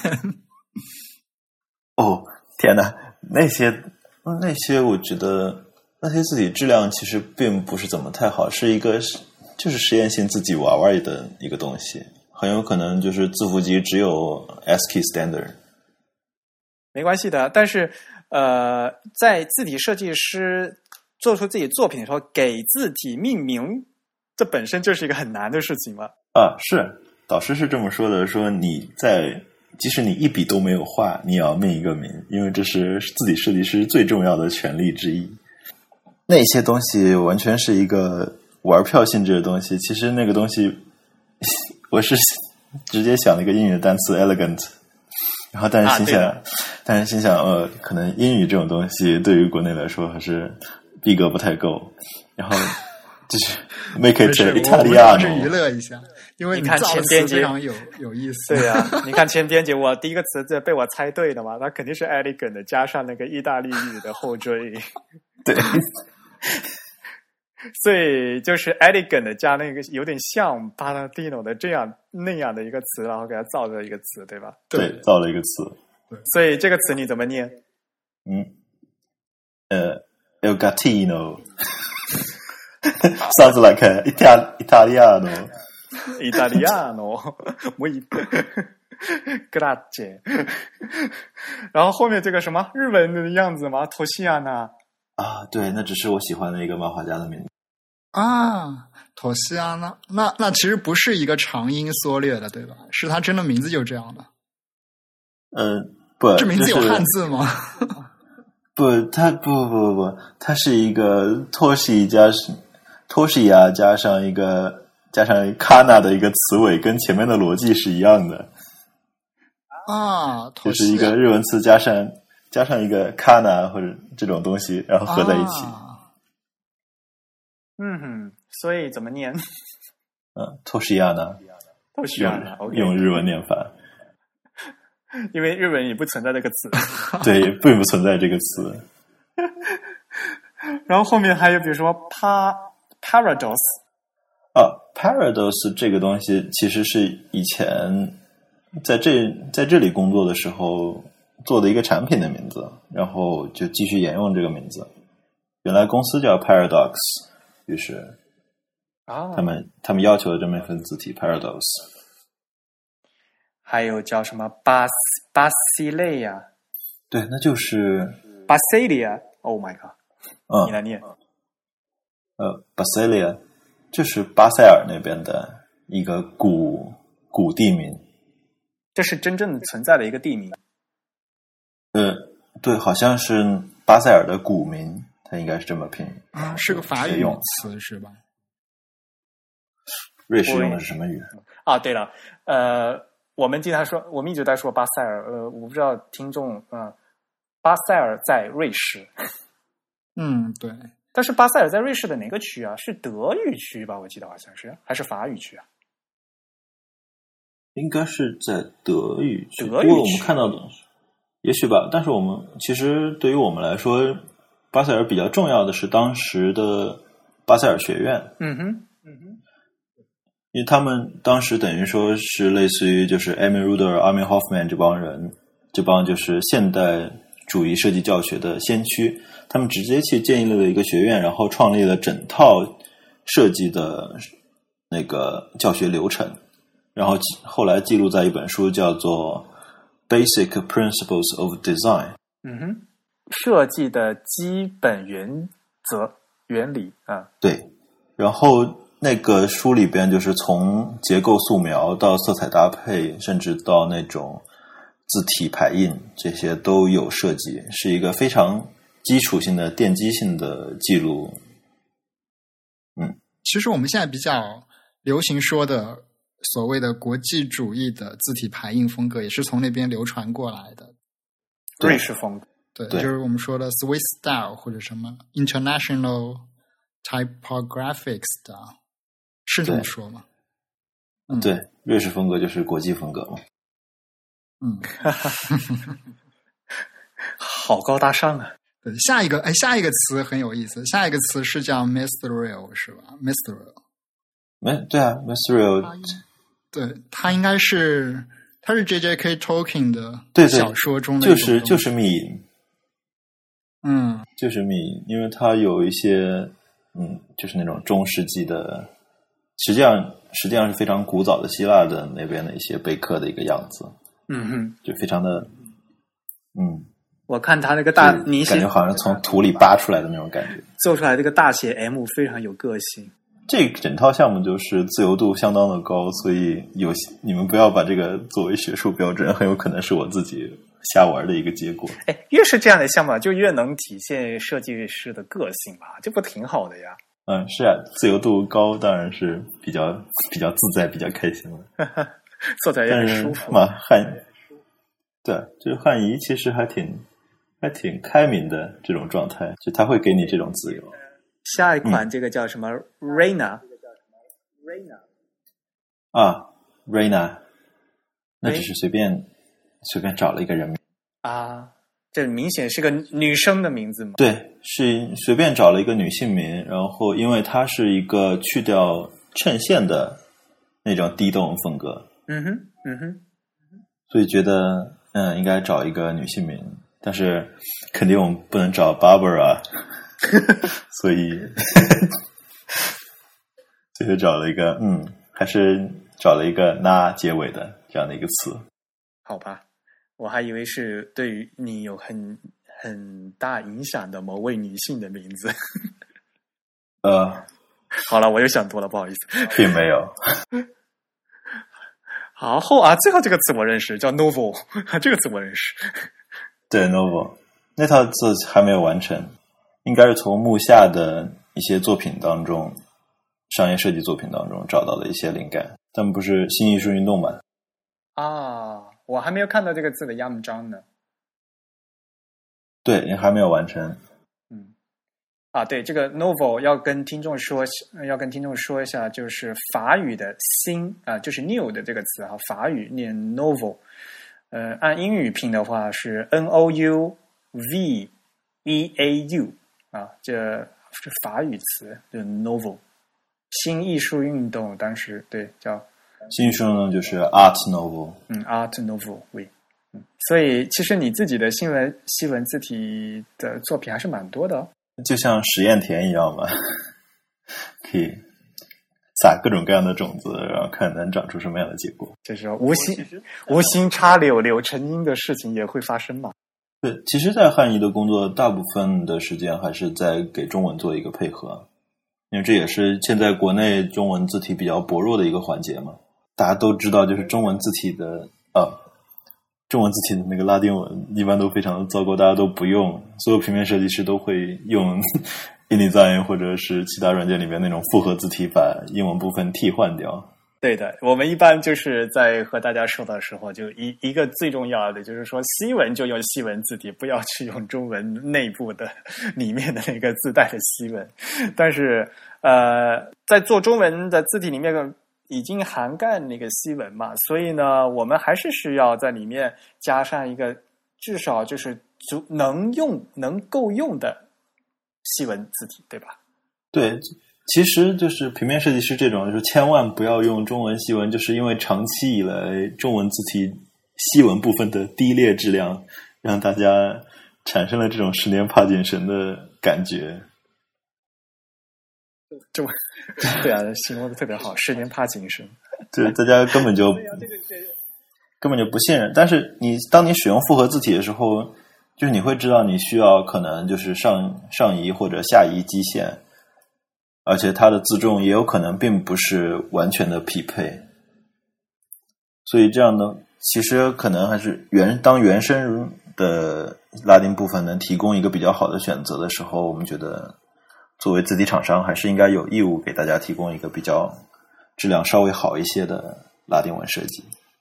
天哪，那些我觉得那些字体质量其实并不是怎么太好，是一个就是实验性自己玩玩的一个东西，很有可能就是字符集只有 ASCII standard。 没关系的，但是在字体设计师做出自己作品的时候，给字体命名，这本身就是一个很难的事情了。 是导师是这么说的，说即使你一笔都没有画，你也要命一个名，因为这是字体设计师最重要的权利之一。那些东西完全是一个玩票性质的东西，其实那个东西我是直接想了一个英语的单词 elegant， 然后但是心想可能英语这种东西对于国内来说还是逼格不太够，然后就是 make it Italiano。 是娱乐一下，因为你看前编辑非常有意思。 对啊，你看前编辑，我第一个词被我猜对了嘛，那肯定是 elegant 加上那个意大利语的后缀。 对， 所以就是 elegant 加那个有点像 Paladino 的那样的一个词，然后给它造了一个词，对吧？ 对，造了一个词。 所以这个词你怎么念 ？Elgattino sounds like Italiano. Muy grazie。然后后面这个什么日文的样子吗？托西亚娜对，那只是我喜欢的一个漫画家的名字托西亚娜。那其实不是一个长音缩略的，对吧？是他真的名字就这样的。 不， 这名字有汉字吗？ 不，它是一个托西亚加上一个卡纳的一个词尾，跟前面的逻辑是一样的就是一个日文词加上一个卡纳或者这种东西，然后合在一起。 所以怎么念？ 托西亚娜，用日文念法。 因为日文也不存在这个词。 对，并不存在这个词。 然后后面还有比如说 paradox paradox 这个东西其实是以前在这里工作的时候做的一个产品的名字，然后就继续沿用这个名字。原来公司叫 Paradox， 于是他们要求的这么一份字体 Paradox。 还有叫什么巴西类呀？ 对，那就是巴西利亚。Oh my god！ 你来念。 巴塞利亚就是巴塞尔那边的一个古地名。 这是真正存在的一个地名。 对，好像是巴塞尔的古名，它应该是这么拼。 是个法语词是吧？ 瑞士用的是什么语？ 对了，我们一直在说巴塞尔，我不知道听众巴塞尔在瑞士。 对。 但是巴塞尔在瑞士的哪个区啊？是德语区吧？我记得好像是，还是法语区啊？ 应该是在德语区。 德语区， 不过我们看到的，也许吧。但是我们其实对于我们来说，巴塞尔比较重要的是当时的巴塞尔学院。因为他们当时等于说是类似于就是 Emil Ruder、Armin Hoffman 这帮就是现代主义设计教学的先驱，他们直接去建立了一个学院，然后创立了整套设计的那个教学流程，然后后来记录在一本书叫做 Basic Principles of Design。 设计的基本原则原理啊。 对，然后那个书里边就是从结构素描到色彩搭配，甚至到那种字体排印，这些都有设计，是一个非常基础性的奠基性的记录。 其实我们现在比较流行说的所谓的国际主义的字体排印风格，也是从那边流传过来的。 瑞士风格。 对，就是我们说的 Swiss style 或者什么 International Typographic style， 是这么说吗？ 对，瑞士风格就是国际风格嘛。 好高大上啊！ 对，下一个词很有意思，下一个词是叫 Mysterio 是吧 ？Mysterio。 对啊 ，Mysterio。 对，它应该是J.J.K. Tolkien 的小说中的就是密隐。就是密隐，因为它有一些就是那种中世纪的，实际上是非常古早的希腊的那边的一些贝克的一个样子。就非常的我看他那个大明显感觉好像从土里扒出来的那种感觉， 做出来这个大写 M 非常有个性。 这整套项目就是自由度相当的高，所以你们不要把这个作为学术标准，很有可能是我自己瞎玩的一个结果。 越是这样的项目就越能体现设计师的个性吧，这不挺好的呀？ 是啊，自由度高当然是比较自在，比较开心了。 做起来也很舒服。 对，就是汉仪其实还挺开明的这种状态，就他会给你这种自由。 下一款这个叫什么 Reina 那只是随便找了一个人名这明显是个女生的名字吗？ 对，是随便找了一个女性名，然后因为它是一个去掉衬线的那种低动风格，所以觉得应该找一个女性名，但是肯定我们不能找 Barbara 所以就找了一个还是找了一个那结尾的这样的一个词。 好吧，我还以为是对于你有很大影响的某位女性的名字。好了，我又想多了，不好意思。 并没有。 好最后这个词我认识，叫 Novel 这个词我认识。 对 Novel 那套字还没有完成，应该是从木下的一些作品当中，商业设计作品当中找到了一些灵感。他们不是新艺术运动吗？ 我还没有看到这个字的样章呢。 对，还没有完成。 对，这个 novel 要跟听众说一下，就是法语的新就是 new 的这个词法语念 novel，按英语拼的话是 nouveau 这是法语词，就是 novel。新艺术运动当时对叫新艺术运动就是 art novel。 art novel 对。 所以其实你自己的西文字体的作品还是蛮多的哦。 就像实验田一样嘛，可以撒各种各样的种子，然后看能长出什么样的结果。 就是无心插柳柳成荫的事情也会发生嘛。 对，其实在汉译的工作大部分的时间还是在给中文做一个配合，因为这也是现在国内中文字体比较薄弱的一个环节嘛。大家都知道，就是中文字体的那个拉丁文一般都非常的糟糕，大家都不用，所有平面设计师都会用 InDesign 或者是其他软件里面那种复合字体把英文部分替换掉。 对的，我们一般就是在和大家说的时候，就一个最重要的就是说，西文就用西文字体，不要去用中文内部的里面的那个自带的西文。但是在做中文的字体里面已经涵盖那个西文嘛，所以呢，我们还是需要在里面加上一个至少就是能够用的西文字体，对吧？ 对，其实就是平面设计师这种，就是千万不要用中文西文，就是因为长期以来中文字体西文部分的低劣质量，让大家产生了这种10年怕井绳的感觉。 对啊，形容的特别好，10年怕井绳。 对，大家根本就不信任。但是当你使用复合字体的时候，就是你会知道你需要可能就是上移或者下移基线，而且它的字重也有可能并不是完全的匹配。所以这样的其实可能还是当原生的拉丁部分能提供一个比较好的选择的时候，我们觉得作为字体厂商还是应该有义务给大家提供一个比较质量稍微好一些的拉丁文设计。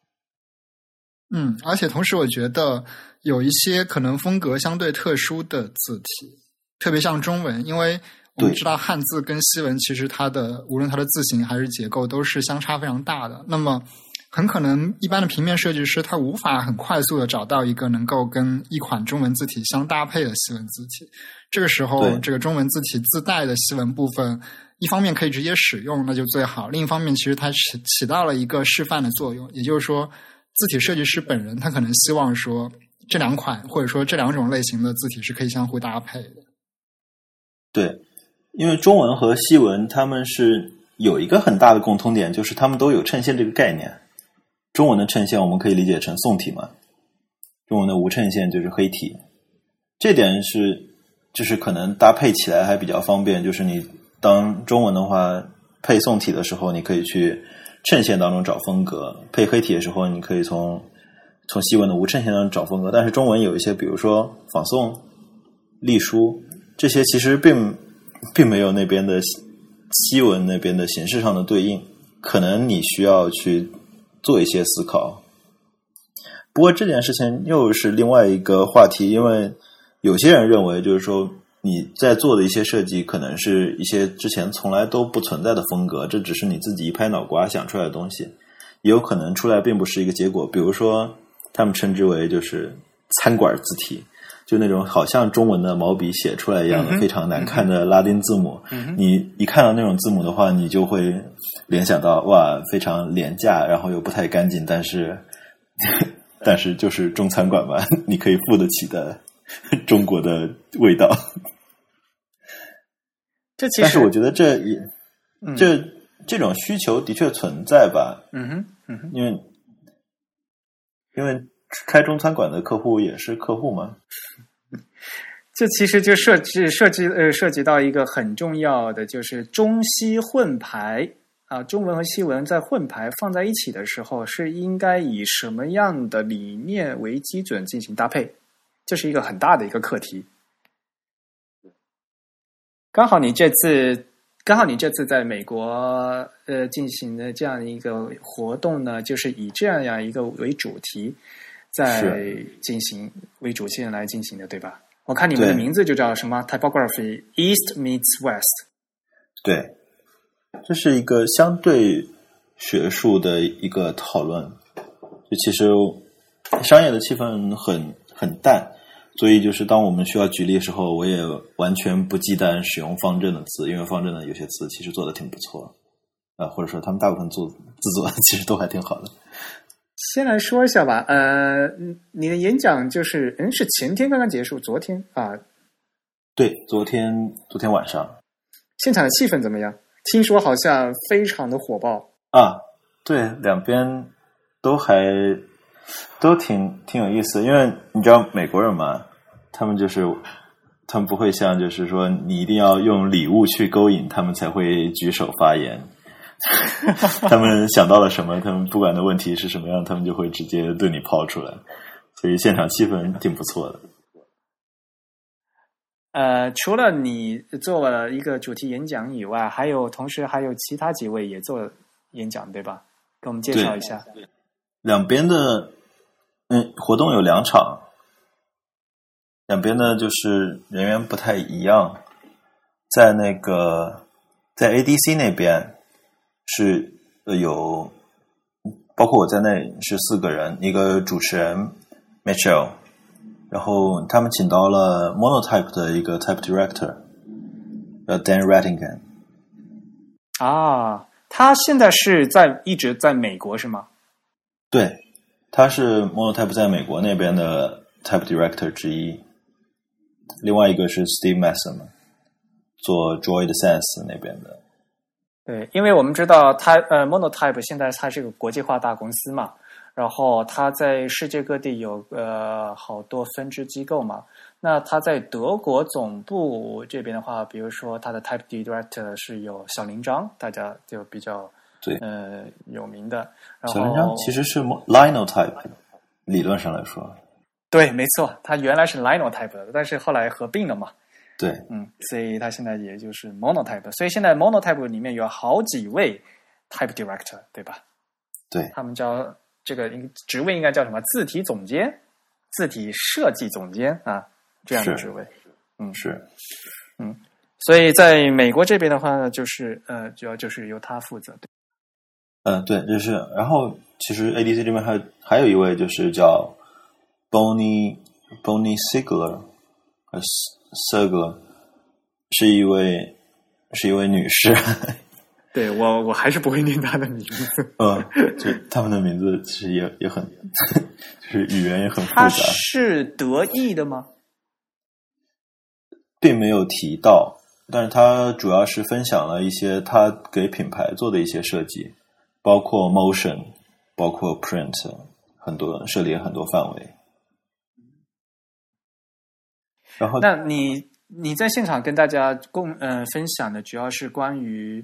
而且同时我觉得有一些可能风格相对特殊的字体，特别像中文，因为我们知道汉字跟西文其实无论它的字形还是结构都是相差非常大的，那么很可能一般的平面设计师他无法很快速的找到一个能够跟一款中文字体相搭配的西文字体。这个时候这个中文字体自带的西文部分一方面可以直接使用，那就最好，另一方面其实它起到了一个示范的作用，也就是说字体设计师本人他可能希望说这两款或者说这两种类型的字体是可以相互搭配的。 对，因为中文和西文他们是有一个很大的共通点，就是他们都有衬线这个概念。中文的衬线我们可以理解成宋体嘛，中文的无衬线就是黑体，这点就是可能搭配起来还比较方便，就是你当中文的话配宋体的时候，你可以去衬线当中找风格，配黑体的时候你可以从西文的无衬线当中找风格。但是中文有一些比如说仿宋、隶书，这些其实并没有那边的西文那边的形式上的对应，可能你需要去做一些思考。不过这件事情又是另外一个话题，因为有些人认为就是说你在做的一些设计可能是一些之前从来都不存在的风格，这只是你自己一拍脑瓜想出来的东西，也有可能出来并不是一个结果。比如说他们称之为就是餐馆字体，就那种好像中文的毛笔写出来一样的非常难看的拉丁字母，你一看到那种字母的话，你就会联想到哇，非常廉价，然后又不太干净，但是就是中餐馆吧，你可以付得起的中国的味道。但是我觉得这种需求的确存在吧。因为开中餐馆的客户也是客户嘛。 这其实就涉及到一个很重要的，就是中西混排啊，中文和西文在混排放在一起的时候，是应该以什么样的理念为基准进行搭配，这是一个很大的一个课题。刚好你这次在美国进行的这样一个活动呢，就是以这样一个为主题在进行为主线来进行的，对吧？我看你们的名字就叫什么 Typography East meets West。 对，这是一个相对学术的一个讨论，就其实商业的气氛很淡，所以就是当我们需要举例的时候，我也完全不忌惮使用方正的字，因为方正的有些字其实做的挺不错，或者说他们大部分字做的其实都还挺好的。 先来说一下吧。你的演讲就是是前天刚刚结束，昨天啊？ 对，昨天晚上。 现场的气氛怎么样？听说好像非常的火爆啊。对，两边都挺有意思，因为你知道美国人嘛，他们不会像就是说你一定要用礼物去勾引他们才会举手发言。他们想到了什么，他们不管的问题是什么样，他们就会直接对你抛出来，所以现场气氛挺不错的。 除了你做了一个主题演讲以外，同时还有其他几位也做演讲，对吧？给我们介绍一下。 两边的活动有2场，两边的就是人员不太一样。在ADC 那边是有包括我在内是4个人，一个主持人 Mitchell， 然后他们请到了 Monotype 的一个 Type Director Dan Rattingham。 他现在是一直在美国是吗？ 对，他是 Monotype 在美国那边的 Type Director 之一。另外一个是 Steve Masson， 做 Droid Sense 那边的。 对，因为我们知道Monotype 现在它是个国际化大公司嘛，然后它在世界各地有好多分支机构嘛。那它在德国总部这边的话，比如说它的 Type Director 是有小林章，大家就比较对有名的。然后小林章其实是 Linotype， 理论上来说。 对，没错，它原来是 Linotype 的，但是后来合并了嘛。 对， 所以它现在也就是 Monotype， 所以现在 Monotype 里面有好几位 Type Director， 对吧？ 对， 他们叫这个职位应该叫什么？字体总监、字体设计总监啊，这样的职位。所以在美国这边的话呢，就是主要就是由他负责。 对，就是，然后其实 ADC 这边还有一位就是叫 Bonnie Sigler， 是一位女士。 对，我还是不会念她的名字。 就他们的名字其实也很就是语言也很复杂。 她是德裔的吗？ 并没有提到，但是他主要是分享了一些他给品牌做的一些设计，包括 motion， 包括 print， 涉猎很多范围。然后， 那你在现场跟大家分享的主要是关于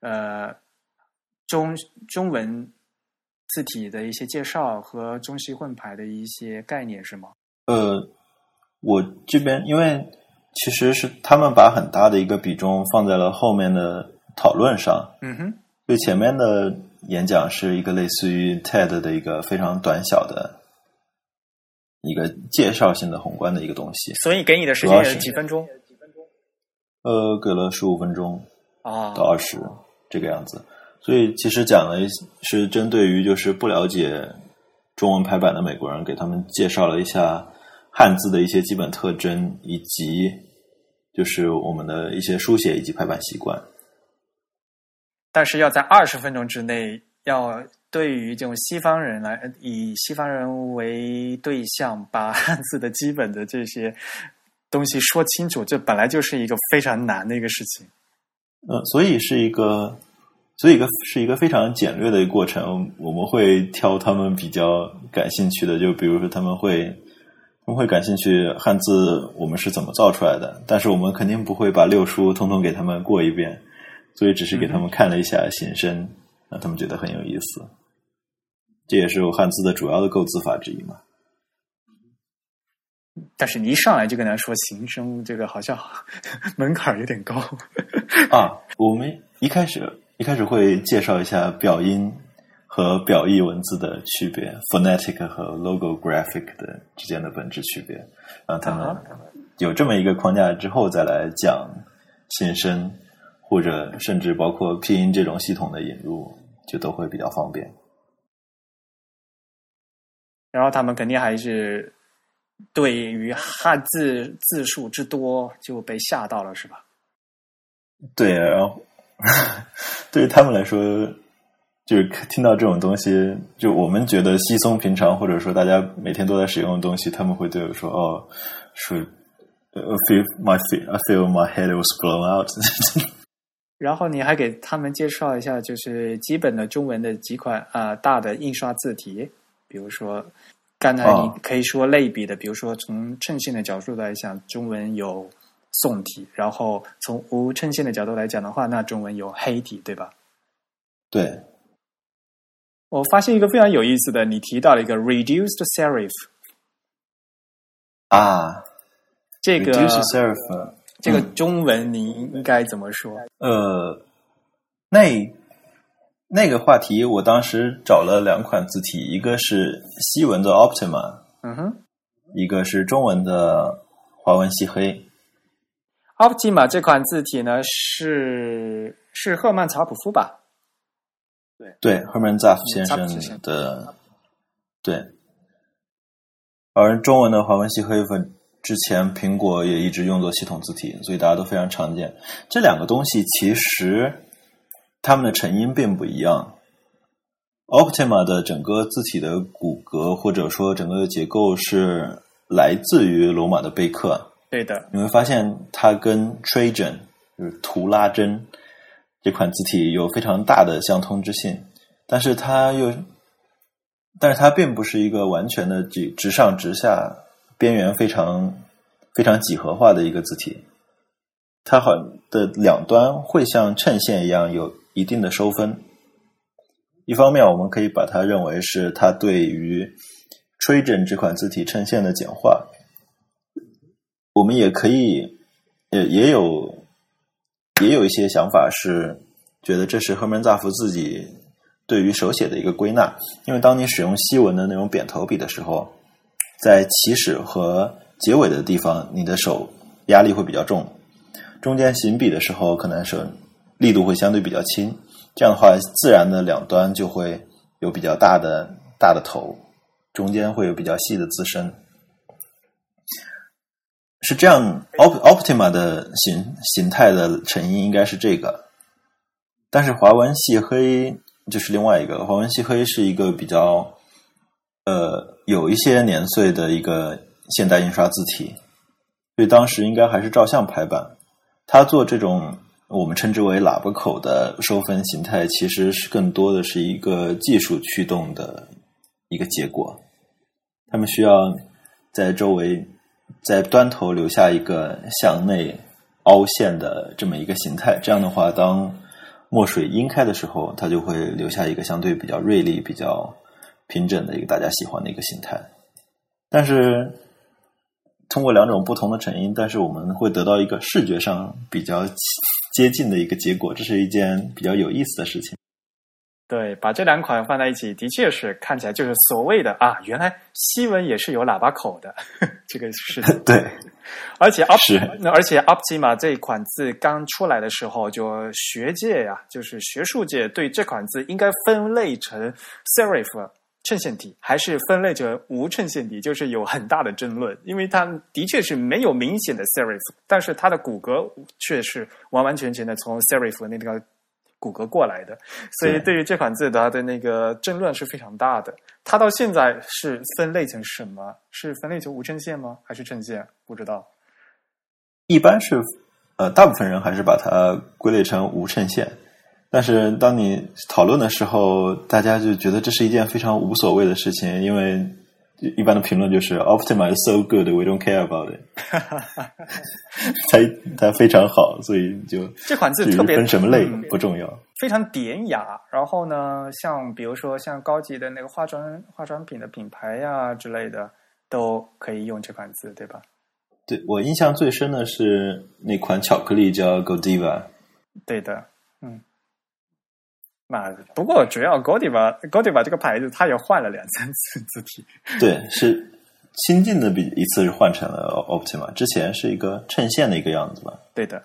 中文字体的一些介绍和中西混排的一些概念是吗？ 我这边因为其实是他们把很大的一个比重放在了后面的讨论上。所以前面的演讲是一个类似于 TED 的一个非常短小的一个介绍性的宏观的一个东西。 所以给你的时间是几分钟？ 给了15分钟到 20这个样子。所以其实讲的是针对于就是不了解中文排版的美国人，给他们介绍了一下汉字的一些基本特征，以及就是我们的一些书写以及排版习惯。 但是要在20分钟之内，要对于这种西方人以西方人为对象，把汉字的基本的这些东西说清楚，这本来就是一个非常难的一个事情。 所以是一个非常简略的一个过程。我们会挑他们比较感兴趣的，就比如说他们会感兴趣汉字我们是怎么造出来的，但是我们肯定不会把6书通通给他们过一遍，所以只是给他们看了一下形声，让他们觉得很有意思。这也是汉字的主要的构字法之一嘛。 但是你一上来就跟他说形声，这个好像门槛有点高。 我们一开始会介绍一下表音和表意文字的区别 ，phonetic 和 logographic 的之间的本质区别，让他们有这么一个框架之后，再来讲形声，或者甚至包括拼音这种系统的引入，就都会比较方便。 然后他们肯定还是对于汉字字数之多就被吓到了，是吧？ 对，然后对于他们来说， 就是听到这种东西，就我们觉得稀松平常，或者说大家每天都在使用的东西，他们会对我说：“哦，是I feel my head was blown out。” 然后你还给他们介绍一下，就是基本的中文的几款大的印刷字体，比如说刚才你可以说类比的，比如说从衬线的角度来讲，中文有宋体，然后从无衬线的角度来讲的话，那中文有黑体，对吧？ 对。 我发现一个非常有意思的，你提到了一个 reduced serif 啊， 这个 reduced serif， 这个中文你应该怎么说？ 那个话题，我当时找了2款字体，一个是西文的 Optima， 一个是中文的华文系黑。 Optima 这款字体呢是赫曼查普夫吧？ 对 Hermann Zapf 先生的，对。而中文的华文系黑之前苹果也一直用作系统字体，所以大家都非常常见。这2个东西其实它们的成因并不一样。Optima 的整个字体的骨骼或者说整个的结构是来自于罗马的贝克。 对的， 你会发现它跟 Trajan 就是图拉真这款字体有非常大的相通之性，但是它并不是一个完全的直上直下，边缘非常非常几何化的一个字体。它的两端会像衬线一样有一定的收分。一方面我们可以把它认为是它对于 Trajan 这款字体衬线的简化，我们也可以也有一些想法是觉得这是赫曼·扎夫自己对于手写的一个归纳。因为当你使用西文的那种扁头笔的时候，在起始和结尾的地方你的手压力会比较重，中间行笔的时候可能是力度会相对比较轻，这样的话自然的两端就会有比较大的头，中间会有比较细的字身。是这样 Optima 的形态的成因应该是这个。但是华文系黑就是另外一个，华文系黑是一个比较有一些年岁的一个现代印刷字体，所以当时应该还是照相排版。它做这种我们称之为喇叭口的收分形态，其实是更多的是一个技术驱动的一个结果。他们需要在周围在端头留下一个向内凹陷的这么一个形态，这样的话当墨水阴开的时候，它就会留下一个相对比较锐利比较平整的一个大家喜欢的一个形态。但是通过两种不同的成因，但是我们会得到一个视觉上比较接近的一个结果，这是一件比较有意思的事情。 对，把这两款放在一起，的确是看起来就是所谓的原来西文也是有喇叭口的这个是对， 而且 Optima 这款字刚出来的时候，就学界就是学术界对这款字应该分类成 serif 衬线体还是分类成无衬线体，就是有很大的争论，因为它的确是没有明显的 serif， 但是它的骨骼却是完完全全的从 serif 那个骨骼过来的，所以对于这款字它的那个争论是非常大的。它到现在是分类成什么？是分类成无衬线吗？还是衬线？不知道。 一般是大部分人还是把它归类成无衬线，但是当你讨论的时候，大家就觉得这是一件非常无所谓的事情，因为一般的评论就是 Optima is so good, we don't care about it 它非常好，所以就这款字特别分什么类不重要， 非常典雅。然后呢，像比如说像高级的那个化妆品的品牌之类的都可以用这款字，对吧？ 对，我印象最深的是那款巧克力叫 Godiva。 对的，那不过主要 Godiva 这个牌子它也换了2-3次字体。 对，是新进的一次是换成了 Optima， 之前是一个衬线的一个样子吧。 对的，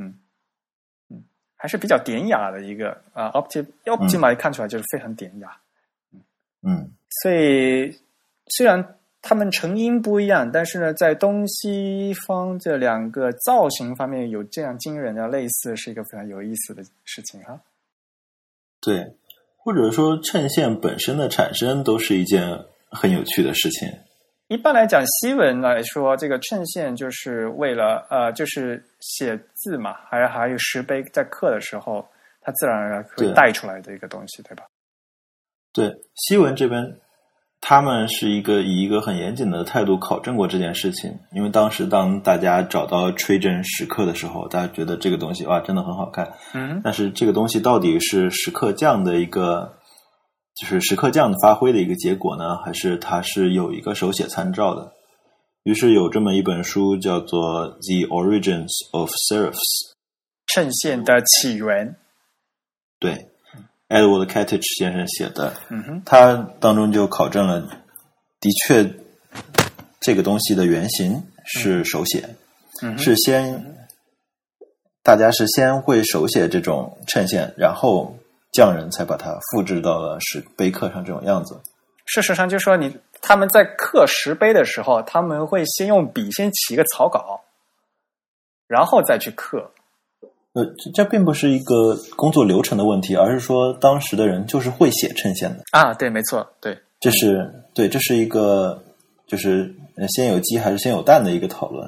还是比较典雅的一个Optima 看出来就是非常典雅。所以虽然他们成因不一样，但是呢，在东西方这两个造型方面有这样惊人的类似，是一个非常有意思的事情哈。 对， 或者说衬线本身的产生都是一件很有趣的事情。 一般来讲，西文来说，这个衬线就是为了就是写字嘛，还有石碑在刻的时候，它自然而然会带出来的一个东西， 对吧？ 对，西文这边他们是以一个很严谨的态度考证过这件事情，因为当时当大家找到吹针石刻的时候，大家觉得这个东西哇真的很好看，但是这个东西到底是石刻匠的一个就是石刻匠的发挥的一个结果呢，还是它是有一个手写参照的？于是有这么一本书叫做 The Origins of Serifs， 衬线的起源。 对，Edward Catich 先生写的，他当中就考证了，的确这个东西的原型是手写，是大家是先会手写这种衬线，然后匠人才把它复制到了石碑刻上这种样子。 事实上就是说他们在刻石碑的时候，他们会先用笔先起一个草稿，然后再去刻。 这并不是一个工作流程的问题，而是说当时的人就是会写衬线的啊，对，没错，对，这是一个就是先有鸡还是先有蛋的一个讨论。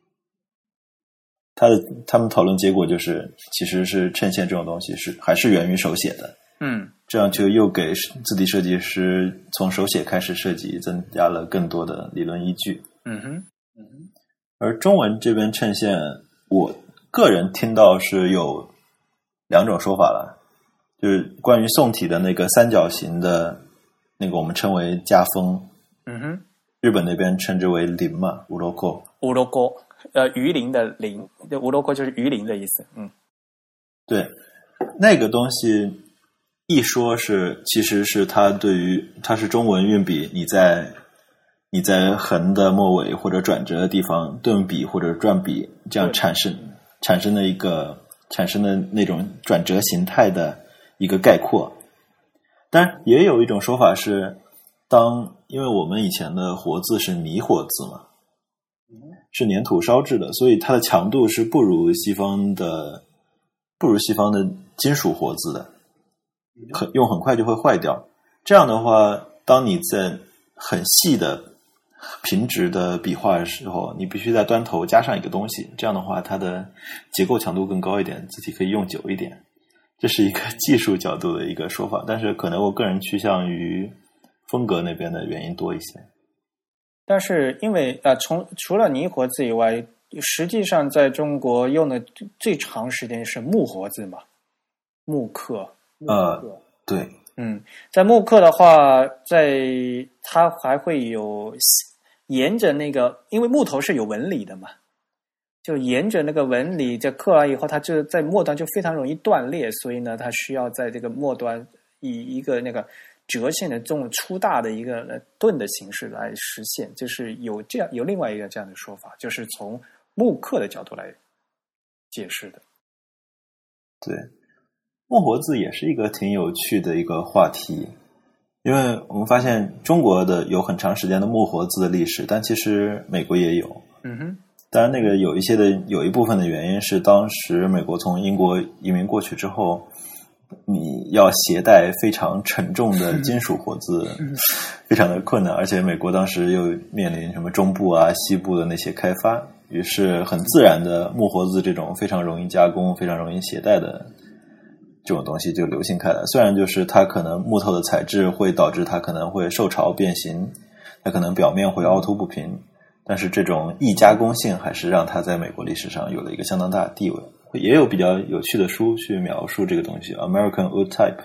他们讨论结果就是，其实是衬线这种东西还是源于手写的，这样就又给字体设计师从手写开始设计增加了更多的理论依据。而中文这边衬线，我个人听到是有两种说法了，就是关于宋体的那个三角形的那个我们称为家锋，日本那边称之为鳞嘛，乌罗沟， 鱼鳞的鳞，乌罗沟就是鱼鳞的意思。 对，那个东西一说其实是它是中文运笔，你在横的末尾或者转折的地方顿笔或者转笔，这样产生的那种转折形态的一个概括。当然也有一种说法是，因为我们以前的活字是泥活字嘛，是粘土烧制的，所以它的强度是不如西方的金属活字的，用很快就会坏掉。这样的话，当你在很细的平直的笔画的时候，你必须在端头加上一个东西，这样的话它的结构强度更高一点，字体可以用久一点。这是一个技术角度的一个说法，但是可能我个人趋向于风格那边的原因多一些。 但是因为除了泥活字以外，实际上在中国用的最长时间是木活字嘛，木刻。 对， 在木刻的话，它还会有沿着那个，因为木头是有纹理的嘛，就沿着那个纹理在刻完以后，它就在末端就非常容易断裂，所以呢，它需要在这个末端以一个那个折线的这种粗大的一个盾的形式来实现，就是有另外一个这样的说法，就是从木刻的角度来解释的。 对，木活字也是一个挺有趣的一个话题，因为我们发现中国的有很长时间的木活字的历史，但其实美国也有。当然那个有一部分的原因是当时美国从英国移民过去之后，你要携带非常沉重的金属活字非常的困难，而且美国当时又面临什么中部啊西部的那些开发，于是很自然的木活字这种非常容易加工非常容易携带的这种东西就流行开来。虽然就是它可能木头的材质会导致它可能会受潮变形，它可能表面会凹凸不平，但是这种易加工性还是让它在美国历史上有了一个相当大的地位。也有比较有趣的书去描述这个东西 American Wood Type。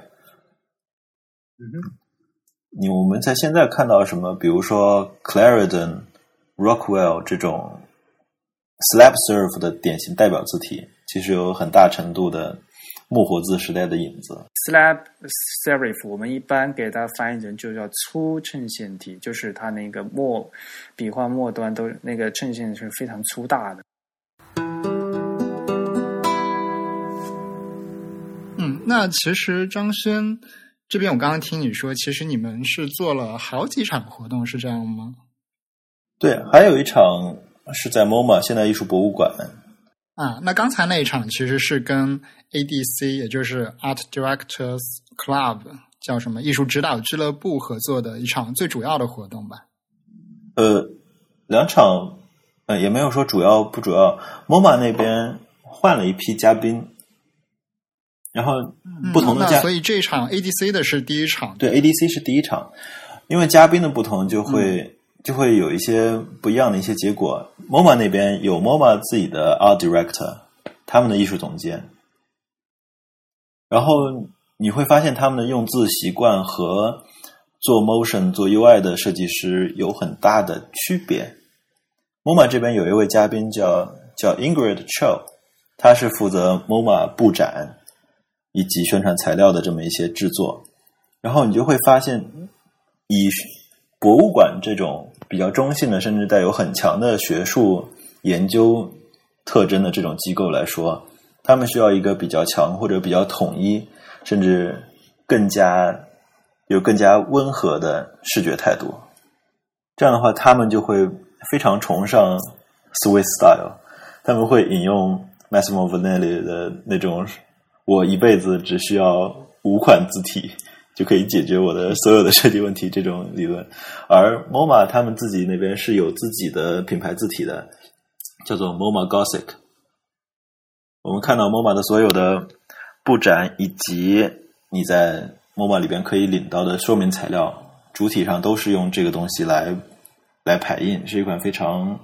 我们在现在看到什么比如说 Clarendon Rockwell 这种 slab serif 的典型代表字体，其实有很大程度的木活字时代的影子。 slab serif 我们一般给它翻译成就叫粗衬线体，就是它那个笔画末端都那个衬线是非常粗大的。 那其实张轩这边我刚刚听你说，其实你们是做了好几场活动，是这样吗？ 对，还有一场是在 MoMA 现代艺术博物馆。 那刚才那一场其实是跟 ADC 也就是 Art Directors Club 叫什么艺术指导俱乐部合作的一场最主要的活动吧。 2场也没有说主要不主要。MoMA 那边换了一批嘉宾，然后不同的所以这一场 ADC 的是第一场。 对， ADC 是第一场，因为嘉宾的不同就会有一些不一样的一些结果。MoMA 那边有 MoMA 自己的 Art Director， 他们的艺术总监，然后你会发现他们的用字习惯和做 motion 做 UI 的设计师有很大的区别。MoMA 这边有一位嘉宾叫 Ingrid Cho， 他是负责 MoMA 布展以及宣传材料的这么一些制作。然后你就会发现，以博物馆这种比较中性的甚至带有很强的学术研究特征的这种机构来说，他们需要一个比较强或者比较统一甚至更加温和的视觉态度。这样的话他们就会非常崇尚 Swiss style， 他们会引用 Massimo Vanelli 的那种我一辈子只需要5款字体就可以解决我的所有的设计问题这种理论。而 MoMA 他们自己那边是有自己的品牌字体的，叫做 MoMA Gothic。 我们看到 MoMA 的所有的布展以及你在 MoMA 里边可以领到的说明材料，主体上都是用这个东西来排印，是一款非常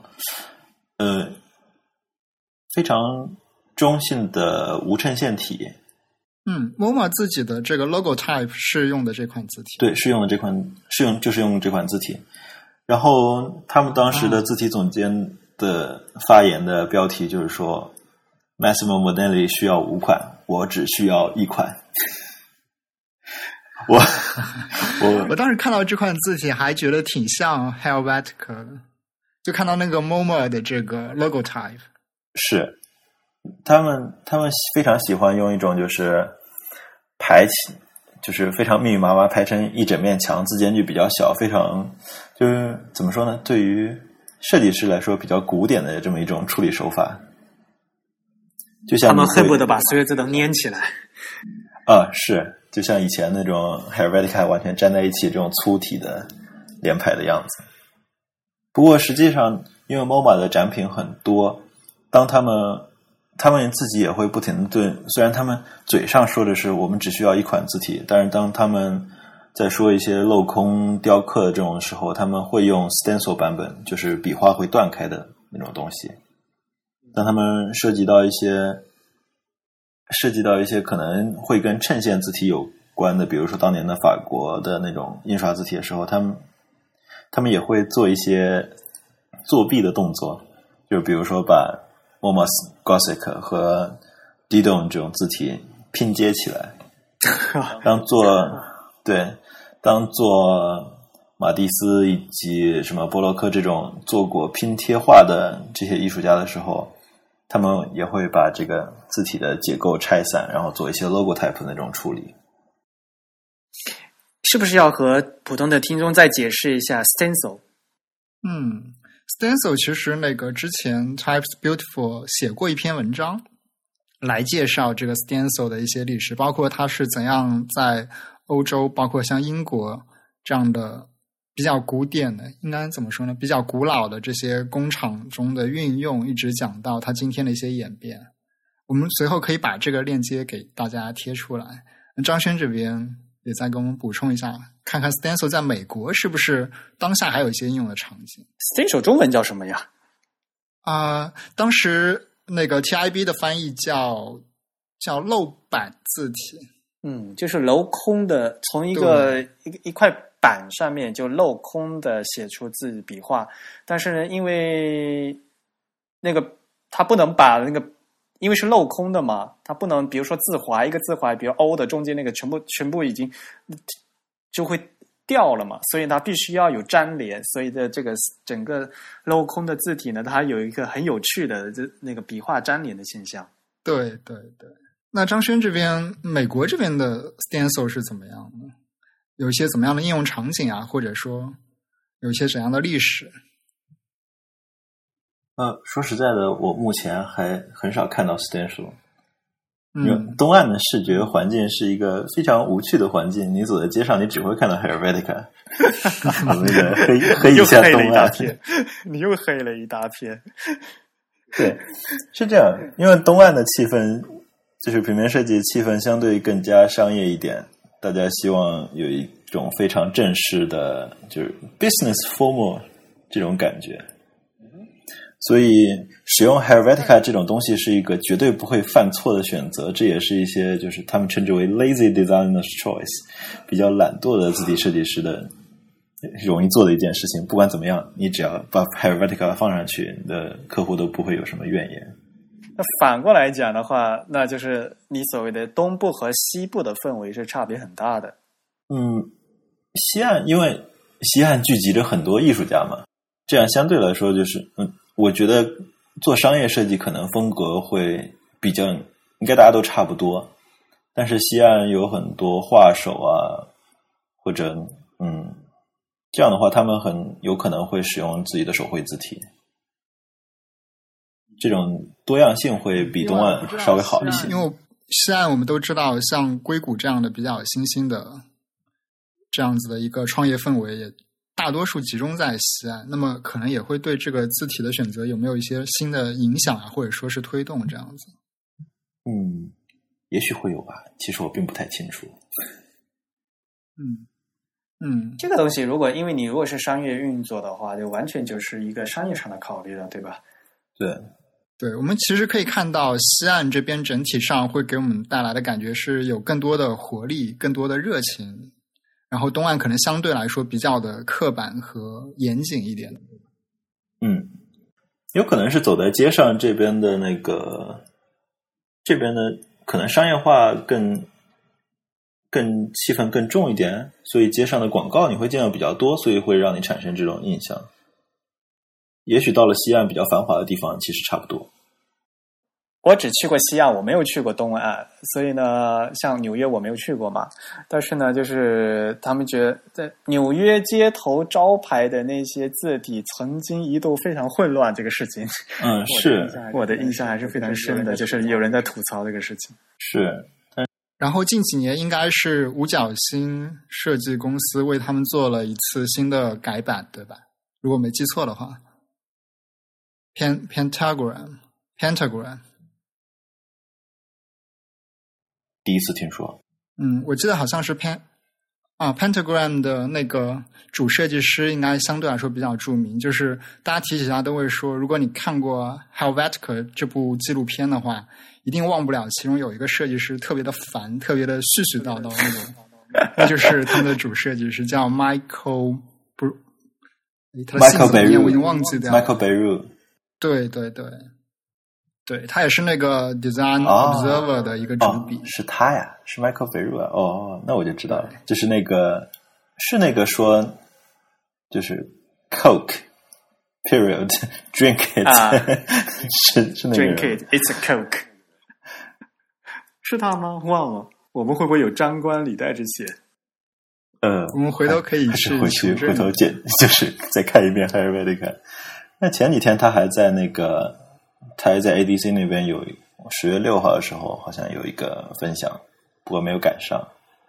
中性的无衬线体。 MoMA 自己的这个 logo type 是用的这款字体。 对，就是用这款字体。然后他们当时的字体总监的发言的标题就是说Massimo Vanelli 需要5款，我只需要1款。我当时看到这款字体还觉得挺像 Helvetica 的，就看到那个 MoMA 的这个 logo type。 是，他们非常喜欢用一种就是排起，就是非常密密麻麻排成一整面墙，字间距比较小，非常就是怎么说呢？对于设计师来说比较古典的这么一种处理手法。就像他们恨不得把所有字都粘起来。 是，就像以前那种 Helvetica 完全粘在一起这种粗体的连排的样子。不过实际上因为 MoMA 的展品很多，当他们自己也会不停的虽然他们嘴上说的是我们只需要1款字体，但是当他们在说一些镂空雕刻的这种时候，他们会用 stencil 版本，就是笔画会断开的那种东西。当他们涉及到一些可能会跟衬线字体有关的，比如说当年的法国的那种印刷字体的时候，他们也会做一些作弊的动作，就比如说把 MoMA Gothic 和 Didon 这种字体拼接起来，当做马蒂斯以及什么波洛克这种做过拼贴画的这些艺术家的时候，他们也会把这个字体的结构拆散，然后做一些 logo type 的那种处理。 是不是要和普通的听众再解释一下 stencil？ stencil 其实那个之前 Types Beautiful 写过一篇文章来介绍这个 stencil 的一些历史，包括它是怎样在欧洲，包括像英国这样的比较古典的，应该怎么说呢？比较古老的这些工厂中的运用，一直讲到它今天的一些演变。我们随后可以把这个链接给大家贴出来。张轩这边也再给我们补充一下，看看 stencil 在美国是不是当下还有一些应用的场景。 stencil 中文叫什么呀？ 当时那个 TIB 的翻译叫镂板字体。 就是镂空的，从一块板上面就镂空的写出字笔画，但是呢，因为那个它不能把那个，因为是镂空的嘛，它不能比如说字划一个字划，比如 O 的中间那个全部已经就会掉了嘛，所以它必须要有粘连，所以的这个整个镂空的字体呢，它有一个很有趣的那个笔画粘连的现象。 对对对。那张轩这边美国这边的 stencil 是怎么样的？有一些怎么样的应用场景啊，或者说有一些怎样的历史？ 说实在的，我目前还很少看到 stencil。 东岸的视觉环境是一个非常无趣的环境，你走在街上，你只会看到 Helvetica， 那个黑一下东岸， 你又黑了一大片。 对，是这样，因为东岸的气氛就是平面设计气氛相对更加商业一点，大家希望有一种非常正式的，就是 business formal 这种感觉。所以使用 Helvetica 这种东西是一个绝对不会犯错的选择，这也是一些就是他们称之为 lazy designer's choice， 比较懒惰的字体设计师的容易做的一件事情。不管怎么样，你只要把 Helvetica 放上去，你的客户都不会有什么怨言。 那反过来讲的话，那就是你所谓的东部和西部的氛围是差别很大的。 西岸因为西岸聚集着很多艺术家嘛，这样相对来说就是我觉得做商业设计可能风格会比较应该大家都差不多，但是西岸有很多画手啊，或者这样的话他们很有可能会使用自己的手绘字体，这种多样性会比东岸稍微好一些。 因为西岸我们都知道像硅谷这样的比较新兴的这样子的一个创业氛围也大多数集中在西岸，那么可能也会对这个字体的选择有没有一些新的影响啊，或者说是推动这样子。 也许会有吧，其实我并不太清楚。 这个东西因为你如果是商业运作的话，就完全就是一个商业上的考虑了，对吧？ 对，我们其实可以看到西岸这边整体上会给我们带来的感觉是有更多的活力，更多的热情，然后东岸可能相对来说比较的刻板和严谨一点。 有可能是走在街上这边的可能商业化更气氛更重一点，所以街上的广告你会见到比较多，所以会让你产生这种印象。也许到了西岸比较繁华的地方其实差不多。 我只去过西岸，我没有去过东岸，所以呢，像纽约我没有去过嘛。但是呢，就是他们觉得在纽约街头招牌的那些字体曾经一度非常混乱，这个事情， 是我的印象还是非常深的，就是有人在吐槽这个事情。 是， 然后近几年应该是五角星设计公司为他们做了一次新的改版，对吧？如果没记错的话 ，Pentagram。 第一次听说。 我记得好像是Pentagram 的那个主设计师应该相对来说比较著名，就是大家提起他都会说，如果你看过 Helvetica 这部纪录片的话，一定忘不了其中有一个设计师特别的烦，特别的絮絮叨叨那种，那就是他们的主设计师叫 Michael Beirut， 我已经忘记掉了。 Michael Beirut， 对，他也是那个 Design Observer 的一个主笔。 是他呀，是 Michael Beirut 啊。那我就知道了，就是那个说，就是 Coke period drink it， 是那个人 Drink it, it's a Coke， 是他吗？忘了，我们会不会有张冠李戴之嫌？ 我们回头可以去回头就是再看一遍 Helvetica。那前几天他还在ADC 那边有10月6号的时候好像有一个分享，不过没有赶上。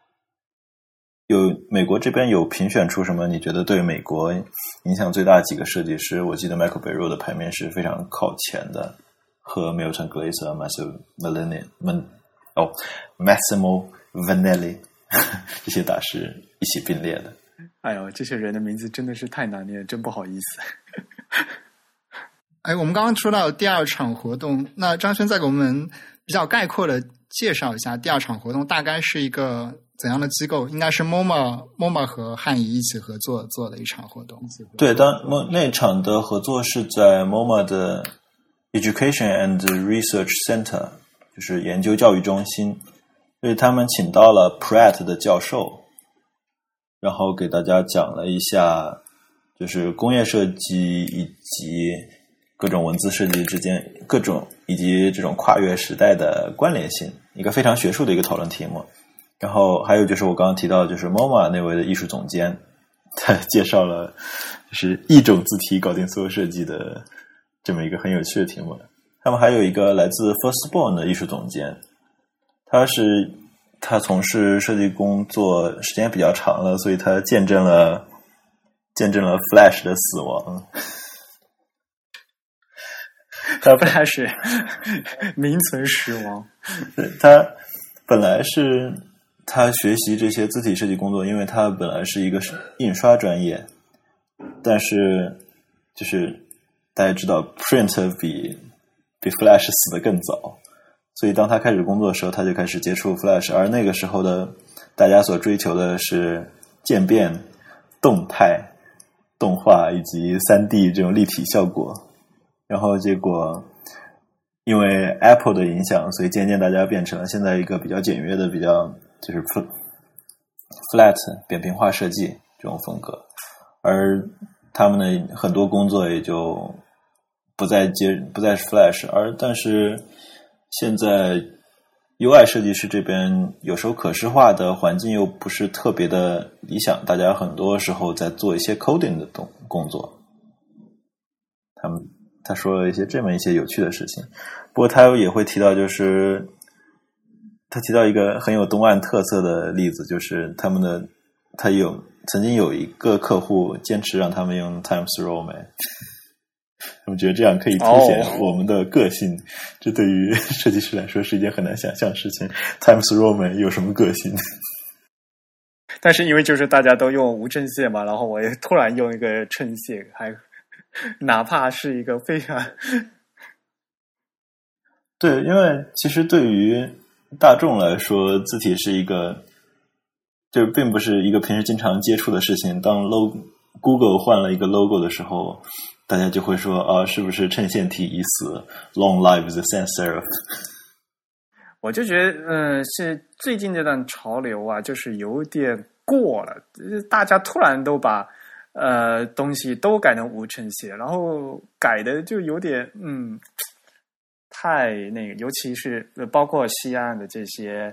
美国这边有评选出什么你觉得对美国影响最大几个设计师，我记得 Michael Beirut 的排名是非常靠前的，和 Milton Glaser、Massimo Vanelli 这些大师一起并列的。 哎呦，这些人的名字真的是太难念，真不好意思。 我们刚刚说到第二场活动，那张轩再给我们比较概括的介绍一下第二场活动大概是一个怎样的机构？应该是 MoMA 和汉仪一起合作做的一场活动。 对，那场的合作是在 MoMA 的 Education and Research Center， 就是研究教育中心，所以他们请到了 Pratt 的教授，然后给大家讲了一下就是工业设计以及各种文字设计之间以及这种跨越时代的关联性，一个非常学术的一个讨论题目。然后还有就是我刚刚提到就是 MoMA 那位的艺术总监，他介绍了就是一种字体搞定所有设计的这么一个很有趣的题目。他们还有一个来自 Firstborn 的艺术总监， 他从事设计工作时间比较长了，所以他见证了 Flash 的死亡。 Flash 名存实亡。 他本来是他学习这些字体设计工作，因为他本来是一个印刷专业，但是就是大家知道 Print 比 Flash 死得更早，所以当他开始工作的时候，他就开始接触 Flash， 而那个时候的大家所追求的是渐变、动态、动画以及 3D 这种立体效果。然后结果因为 Apple 的影响，所以渐渐大家变成了现在一个比较简约的比较就是 flat 扁平化设计这种风格，而他们的很多工作也就不再是 Flash， 但是现在 UI 设计师这边有时候可视化的环境又不是特别的理想，大家很多时候在做一些 coding 的工作。他说了这么一些有趣的事情，不过他也会提到，就是他提到一个很有东岸特色的例子，就是他曾经有一个客户坚持让他们用 Times Roman， 他们觉得这样可以凸显我们的个性，这对于设计师来说是一件很难想象的事情。Times Roman 有什么个性？ 但是因为就是大家都用无衬线嘛，然后我也突然用一个衬线，还哪怕是一个非常对，因为其实对于大众来说，字体是一个就并不是一个平时经常接触的事情。当 Google 换了一个 logo 的时候，大家就会说啊，是不是衬线体已死 ？Long live the sans serif。 我就觉得，是最近这段潮流啊，就是有点过了，大家突然都把东西都改成无衬线，然后改的就有点太那个，尤其是包括西岸的这些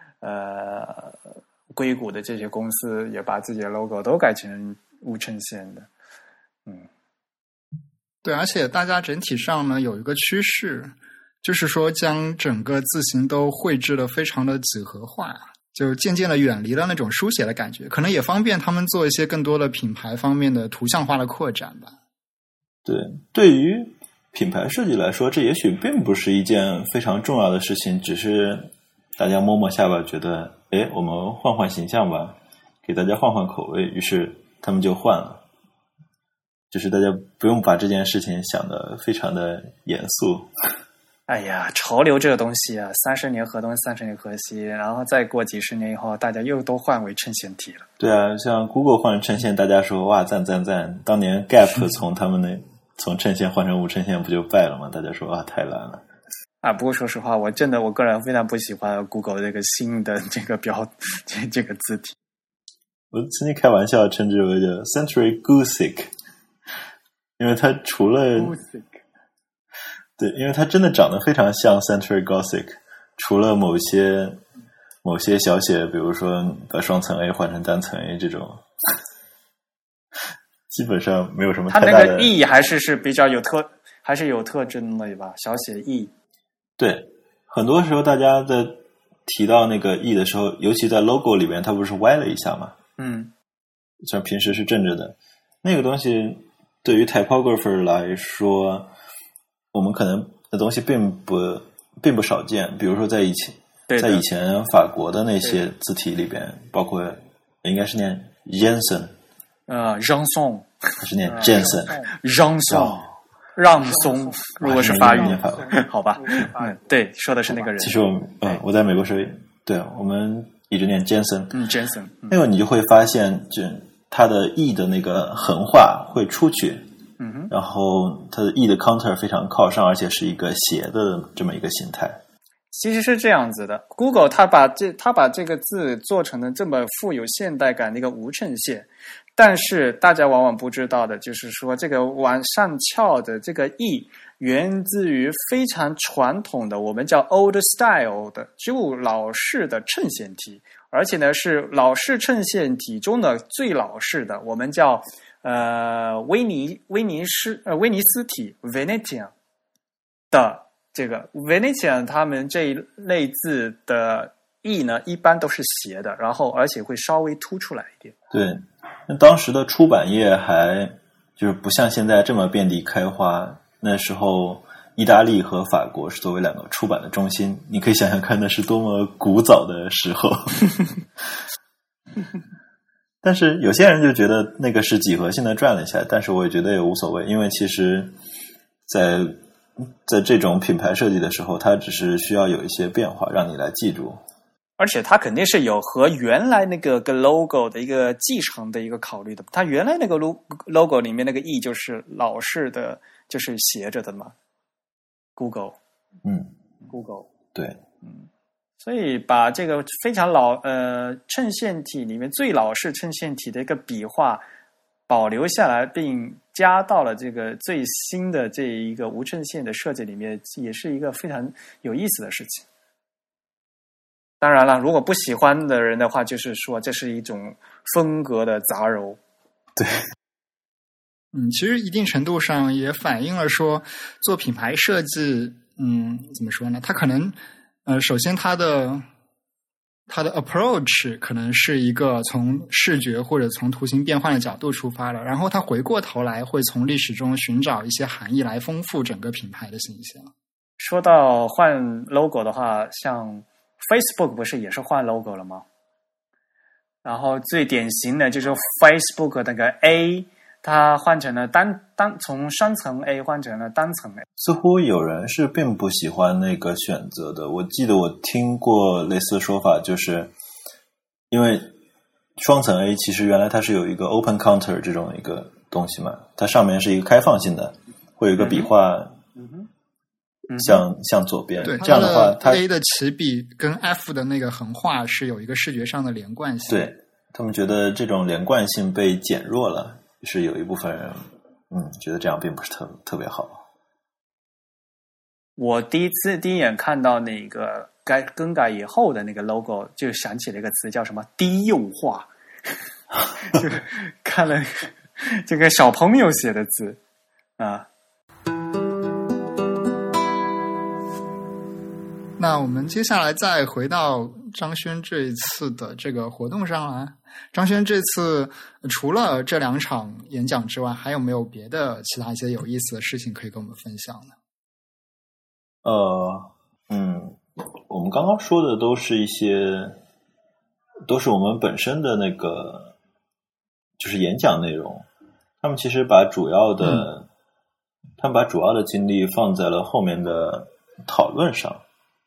硅谷的这些公司，也把自己的 logo 都改成无衬线的。 对，而且大家整体上呢有一个趋势，就是说将整个字形都绘制的非常的几何化，就渐渐的远离了那种书写的感觉，可能也方便他们做一些更多的品牌方面的图像化的扩展吧。 对，对于品牌设计来说，这也许并不是一件非常重要的事情，只是大家摸摸下巴觉得我们换换形象吧，给大家换换口味，于是他们就换了。就是大家不用把这件事情想得非常的严肃。 哎呀，潮流这个东西啊，30年河东30年河西，然后再过几十年以后，大家又都换为衬线体了。 对啊，像 Google 换衬线，大家说哇赞赞赞，当年 Gap 从衬线换成无衬线不就败了吗？大家说啊太烂了。 不过说实话，我个人非常不喜欢 Google 这个新的这个这个字体。 我曾经开玩笑称之为叫 Century Gothic， 因为它除了对，因为它真的长得非常像 Century Gothic， 除了某些小写，比如说把双层 A 换成单层 A 这种，基本上没有什么太大的。 它那个 E 还是比较有特征的吧，小写 E。 对，很多时候大家在提到那个 E 的时候，尤其在 logo 里边，它不是歪了一下吗？像平时是正着的，那个东西对于 typographer 来说，我们可能的东西并不少见。比如说在以前法国的那些字体里边，包括应该是念 Janson， 还是念 Janson， 让松，如果是法语念法好吧，对，说的是那个人。 其实我在美国时候，对，我们一直念 Janson， 那个你就会发现，就它的 E 的那个横画会出去。然后它的 E 的 counter 非常靠上，而且是一个斜的这么一个形态。 其实是这样子的 ，Google 它把这个字做成了这么富有现代感的一个无衬线，但是大家往往不知道的就是说，这个往上翘的这个 E 源自于非常传统的我们叫 old style 的就老式的衬线体，而且呢是老式衬线体中的最老式的，我们叫威尼斯体 Venetian 的这个 Venetian 他们这一类字的 E 呢，一般都是斜的，然后而且会稍微凸出来一点。 对，那当时的出版业还就是不像现在这么遍地开花，那时候意大利和法国是作为2个出版的中心，你可以想想看那是多么古早的时候。但是有些人就觉得那个是几何性的转了一下，但是我也觉得也无所谓，因为其实在这种品牌设计的时候，它只是需要有一些变化让你来记住， 而且它肯定是有和原来那个 logo 的一个继承的一个考虑的。它原来那个 logo 里面那个 E 就是老式的，就是斜着的嘛。Google， 对， 所以把这个非常衬线体里面最老式衬线体的一个笔画保留下来，并加到了这个最新的这一个无衬线的设计里面，也是一个非常有意思的事情。当然了，如果不喜欢的人的话，就是说这是一种风格的杂糅。 对， 其实一定程度上也反映了说，做品牌设计，怎么说呢？它可能，首先它的 approach 可能是一个从视觉或者从图形变换的角度出发了，然后它回过头来会从历史中寻找一些含义来丰富整个品牌的形象。 说到换 logo 的话，像 Facebook 不是也是换 logo 了吗？然后最典型的就是 Facebook 那个 A， 它换成了从双层 A 换成了单层 A。 似乎有人是并不喜欢那个选择的。我记得我听过类似的说法，就是因为双层 A 其实原来它是有一个 open counter 这种一个东西嘛，它上面是一个开放性的，会有一个笔画向左边， 对， 这样的话它 A 的起笔跟 F 的那个横画是有一个视觉上的连贯性。 对，他们觉得这种连贯性被减弱了，是有一部分人觉得这样并不是特别好。 我第一眼看到那个更改以后的那个 logo， 就想起了一个词叫什么低幼化，就是看了这个小朋友写的字啊。 那我们接下来再回到张轩这一次的这个活动上来。张轩这次除了这2场演讲之外，还有没有别的其他一些有意思的事情可以跟我们分享呢？ 我们刚刚说的都是我们本身的那个就是演讲内容，他们其实把主要的精力放在了后面的讨论上。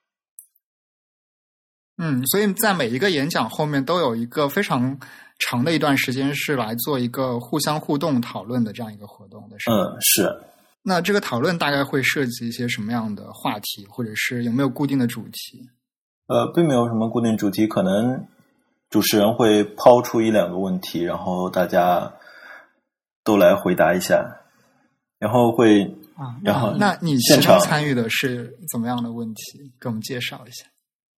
所以在每一个演讲后面都有一个非常长的一段时间是来做一个互相互动讨论的这样一个活动的，是吗？ 是。 那这个讨论大概会涉及一些什么样的话题，或者是有没有固定的主题？ 并没有什么固定主题，可能主持人会抛出1-2个问题，然后大家都来回答一下，然后那你其中参与的是怎么样的问题？给我们介绍一下。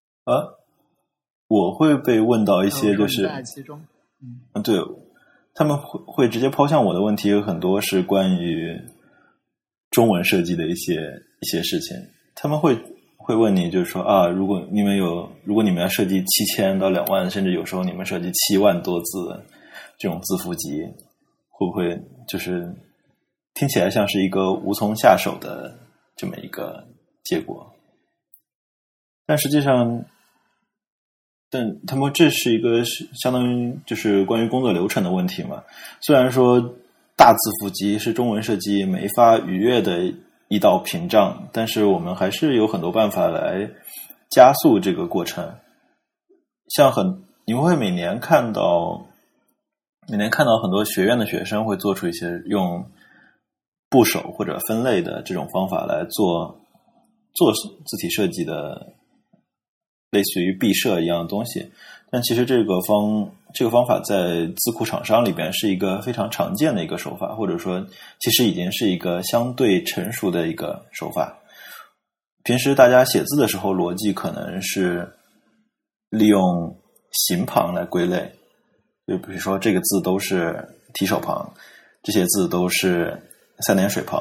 我会被问到一些就是在其中， 对，他们会直接抛向我的问题，有很多是关于中文设计的一些事情。他们会问你，就是说如果你们要设计7000到2万，甚至有时候你们设计7万多字这种字符集，会不会就是听起来像是一个无从下手的这么一个结果？但实际上，他们这是一个相当于就是关于工作流程的问题嘛。虽然说大字符集是中文设计没法逾越的一道屏障，但是我们还是有很多办法来加速这个过程。像你会每年看到很多学院的学生会做出一些用部首或者分类的这种方法来做字体设计的类似于毕设一样的东西，但其实这个方法在字库厂商里边是一个非常常见的一个手法，或者说其实已经是一个相对成熟的一个手法。平时大家写字的时候，逻辑可能是利用形旁来归类，就比如说这个字都是提手旁，这些字都是3点水旁，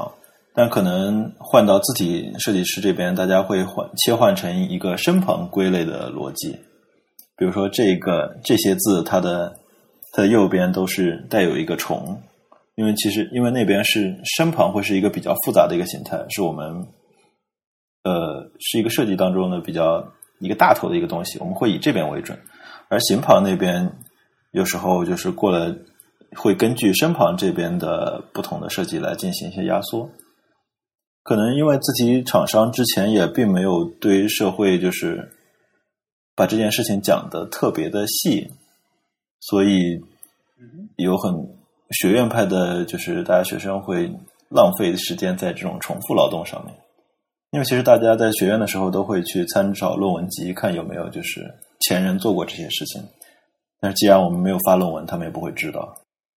但可能换到字体设计师这边，大家会切换成一个身旁归类的逻辑。比如说这些字它的右边都是带有一个虫，因为那边是身旁会是一个比较复杂的一个形态，是我们是一个设计当中的比较一个大头的一个东西，我们会以这边为准。而形旁那边有时候就是过了会根据身旁这边的不同的设计来进行一些压缩。可能因为字体厂商之前也并没有对社会就是把这件事情讲得特别的细，所以有很学院派的就是大家学生会浪费时间在这种重复劳动上面。因为其实大家在学院的时候都会去参照论文集，看有没有就是前人做过这些事情，但是既然我们没有发论文，他们也不会知道。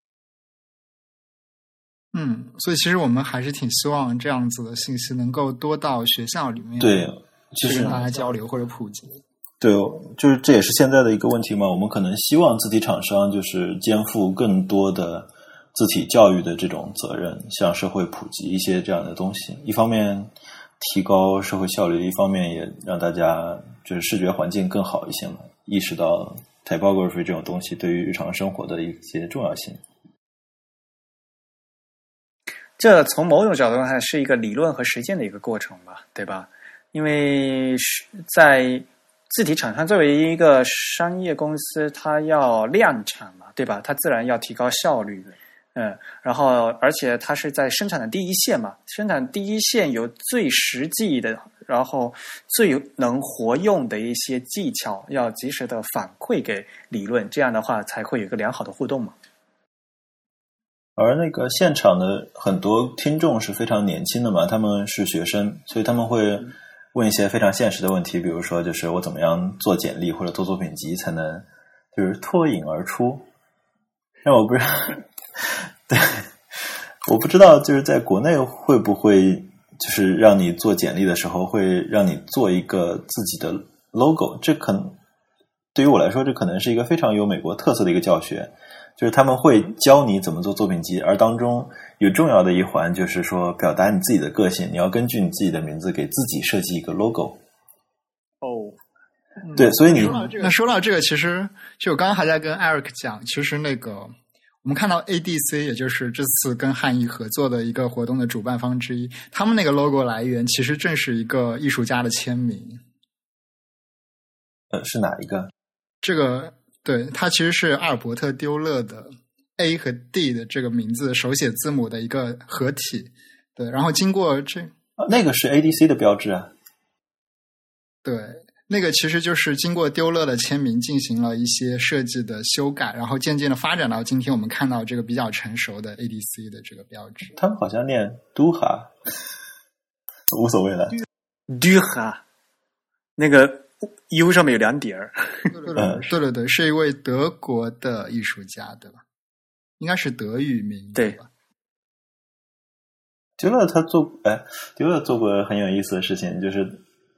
所以其实我们还是挺希望这样子的信息能够多到学校里面， 对， 去跟大家交流或者普及。 对，就是这也是现在的一个问题嘛。我们可能希望字体厂商就是肩负更多的字体教育的这种责任，向社会普及一些这样的东西。一方面提高社会效率，一方面也让大家就是视觉环境更好一些嘛，意识到 typography 这种东西对于日常生活的一些重要性。 这从某种角度上是一个理论和实践的一个过程吧，对吧？因为在字体厂商作为一个商业公司，它要量产嘛，对吧？它自然要提高效率，然后而且它是在生产的第一线嘛，生产第一线有最实际的，然后最能活用的一些技巧，要及时的反馈给理论，这样的话才会有一个良好的互动嘛。 而那个现场的很多听众是非常年轻的嘛，他们是学生，所以他们会问一些非常现实的问题，比如说就是我怎么样做简历或者做作品集才能就是脱颖而出。但我不知道对，我不知道就是在国内会不会就是让你做简历的时候会让你做一个自己的 logo， 这可能对于我来说这可能是一个非常有美国特色的一个教学，就是他们会教你怎么做作品集，而当中有重要的一环就是说表达你自己的个性，你要根据你自己的名字给自己设计一个 logo。 对，所以你说到这个，其实就我刚刚还在跟 Eric 讲，其实那个我们看到 ADC 也就是这次跟汉译合作的一个活动的主办方之一，他们那个 logo 来源其实正是一个艺术家的签名。 是哪一个？ 这个对，它其实是阿尔伯特·丢勒的 A 和 D 的这个名字手写字母的一个合体。对，然后经过那个是 ADC 的标志啊。 对，那个其实就是经过丢勒的签名进行了一些设计的修改，然后渐渐的发展到今天我们看到这个比较成熟的 ADC 的这个标志。 他们好像念都哈，无所谓了。 都哈，那个 U 上面有2点。 对，是一位德国的艺术家，对吧？应该是德语名，对吧？ 丢勒做过很有意思的事情，就是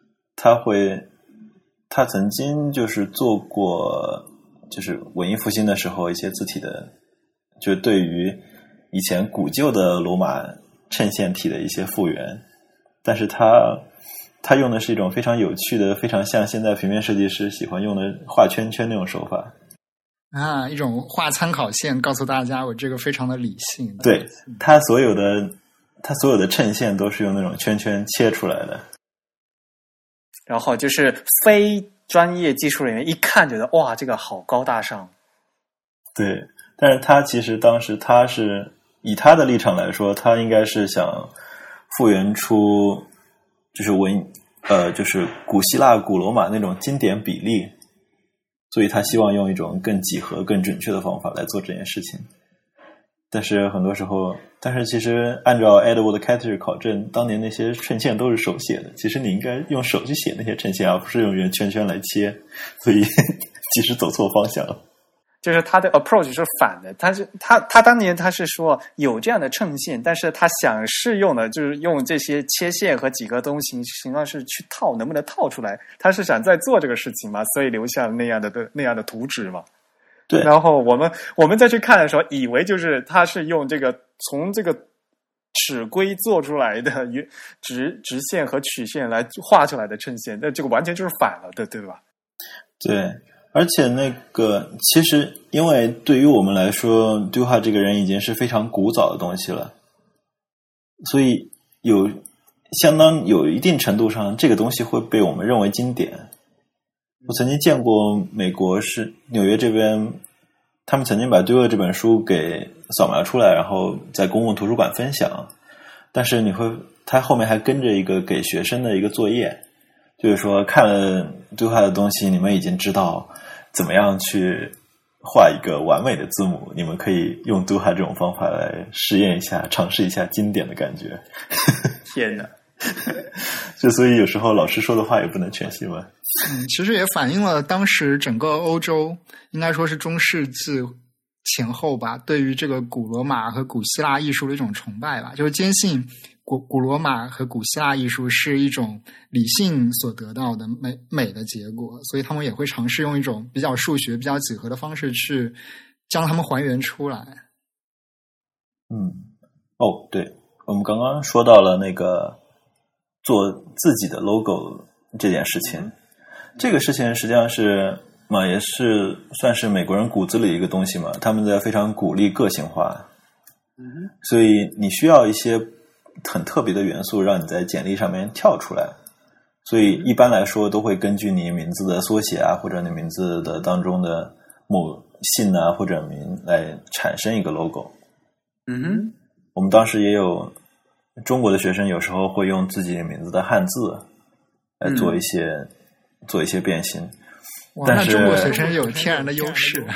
他曾经就是做过就是文艺复兴的时候一些字体的，就对于以前古旧的罗马衬线体的一些复原，但是他用的是一种非常有趣的，非常像现在平面设计师喜欢用的画圈圈那种手法啊，一种画参考线，告诉大家我这个非常的理性。 对，他所有的衬线都是用那种圈圈切出来的， 然后就是非专业技术人员一看觉得哇，这个好高大上。对， 但是他其实当时他是以他的立场来说，他应该是想复原出就是就是古希腊古罗马那种经典比例，所以他希望用一种更几何更准确的方法来做这件事情。但是很多时候，其实按照 Edward Carter 考证，当年那些衬线都是手写的，其实你应该用手去写那些衬线，而不是用圆圈圈来切，所以其实走错方向了。 就是他的 approach 是反的，他当年他是说有这样的衬线，但是他想试用的就是用这些切线和几个东西形状是去套，能不能套出来？他是想再做这个事情嘛，所以留下了那样的图纸嘛。 对， 然后我们再去看的时候，以为就是他是用这个从这个尺规做出来的直线和曲线来画出来的衬线，那这个完全就是反了的，对吧？ 对，而且那个其实因为对于我们来说，Duha 这个人已经是非常古早的东西了，所以相当有一定程度上，这个东西会被我们认为经典。我曾经见过美国是纽约这边，他们曾经把Duha这本书给扫描出来，然后在公共图书馆分享。但是他后面还跟着一个给学生的一个作业，就是说看了Duha的东西，你们已经知道怎么样去画一个完美的字母，你们可以用Duha这种方法来试验一下，尝试一下经典的感觉。 天哪！ 就所以有时候老师说的话也不能全信嘛。 其实也反映了当时整个欧洲，应该说是中世纪前后吧，对于这个古罗马和古希腊艺术的一种崇拜吧，就是坚信古罗马和古希腊艺术是一种理性所得到的美的结果，所以他们也会尝试用一种比较数学、比较几何的方式去将它们还原出来。 对，我们刚刚说到了那个做自己的 logo 这件事情，这个事情实际上是也是算是美国人骨子里一个东西嘛，他们在非常鼓励个性化，所以你需要一些很特别的元素让你在简历上面跳出来，所以一般来说都会根据你名字的缩写啊，或者你名字的当中的某姓啊或者名来产生一个 logo。我们当时也有中国的学生有时候会用自己名字的汉字来做一些变形。但是那中国学生有天然的优势。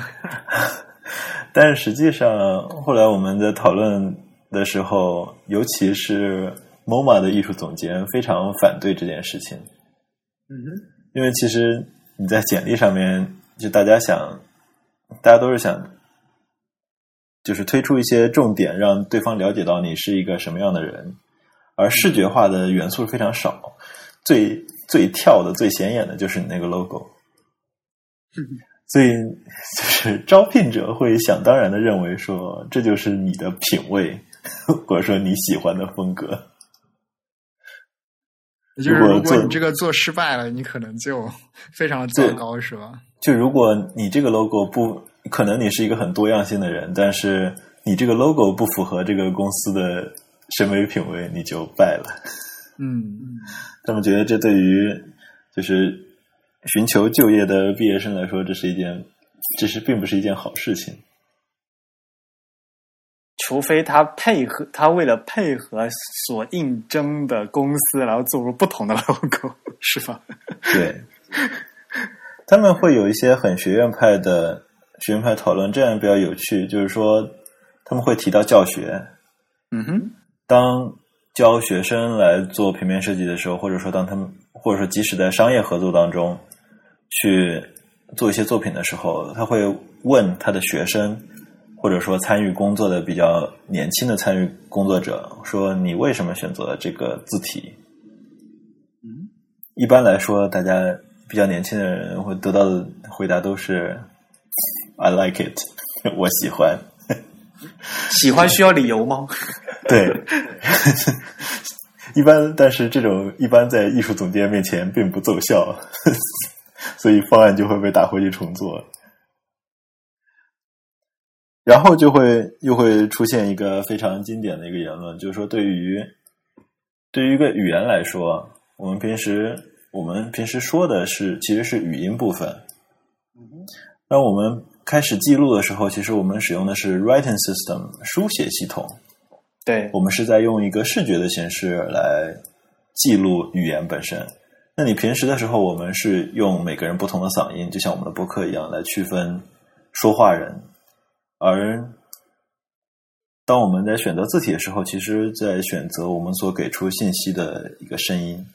但是实际上后来我们在讨论的时候，尤其是 MoMA 的艺术总监非常反对这件事情。因为其实你在简历上面，就大家都是想就是推出一些重点，让对方了解到你是一个什么样的人，而视觉化的元素非常少，最跳的最显眼的就是你那个 logo。所以就是招聘者会想当然的认为说这就是你的品味，或者说你喜欢的风格。 就是如果你这个做失败了，你可能就非常的糟糕，是吧？就如果你这个 logo 不可能，你是一个很多样性的人，但是你这个 logo 不符合这个公司的审美品味，你就败了。他们觉得这对于就是寻求就业的毕业生来说，这并不是一件好事情。 除非他为了配合所应征的公司，然后做出不同的 logo， 是吧？ 对，他们会有一些很学院派讨论，这样比较有趣。就是说，他们会提到教学。当教学生来做平面设计的时候，或者说即使在商业合作当中去做一些作品的时候，他会问他的学生，或者说参与工作的比较年轻的参与工作者，说你为什么选择了这个字体？一般来说，大家比较年轻的人会得到的回答都是 I like it， 我喜欢。 喜欢需要理由吗？ 对，但是这种一般在艺术总监面前并不奏效，所以方案就会被打回去重做。然后又会出现一个非常经典的一个言论，就是说对于一个语言来说，我们平时说的其实是语音部分。当我们开始记录的时候，其实我们使用的是 writing system 书写系统。 对， 我们是在用一个视觉的形式来记录语言本身。那你平时的时候，我们是用每个人不同的嗓音，就像我们的播客一样，来区分说话人。而当我们在选择字体的时候，其实在选择我们所给出信息的一个声音。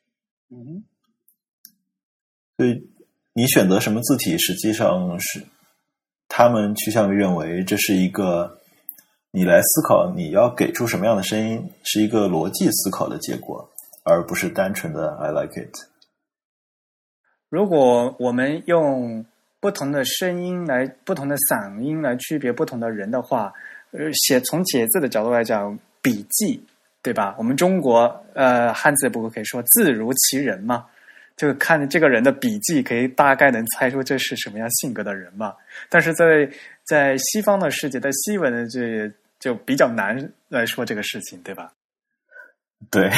所以你选择什么字体，实际上是他们趋向于认为这是一个你来思考你要给出什么样的声音，是一个逻辑思考的结果，而不是单纯的 I like it。 如果我们用不同的声音不同的嗓音来区别不同的人的话，从写字的角度来讲， 笔记，对吧？我们中国汉字不可以说字如其人嘛，就看这个人的笔记可以大概能猜出这是什么样性格的人嘛。但是在西方的世界，在西文的这就比较难来说这个事情，对吧？ 对，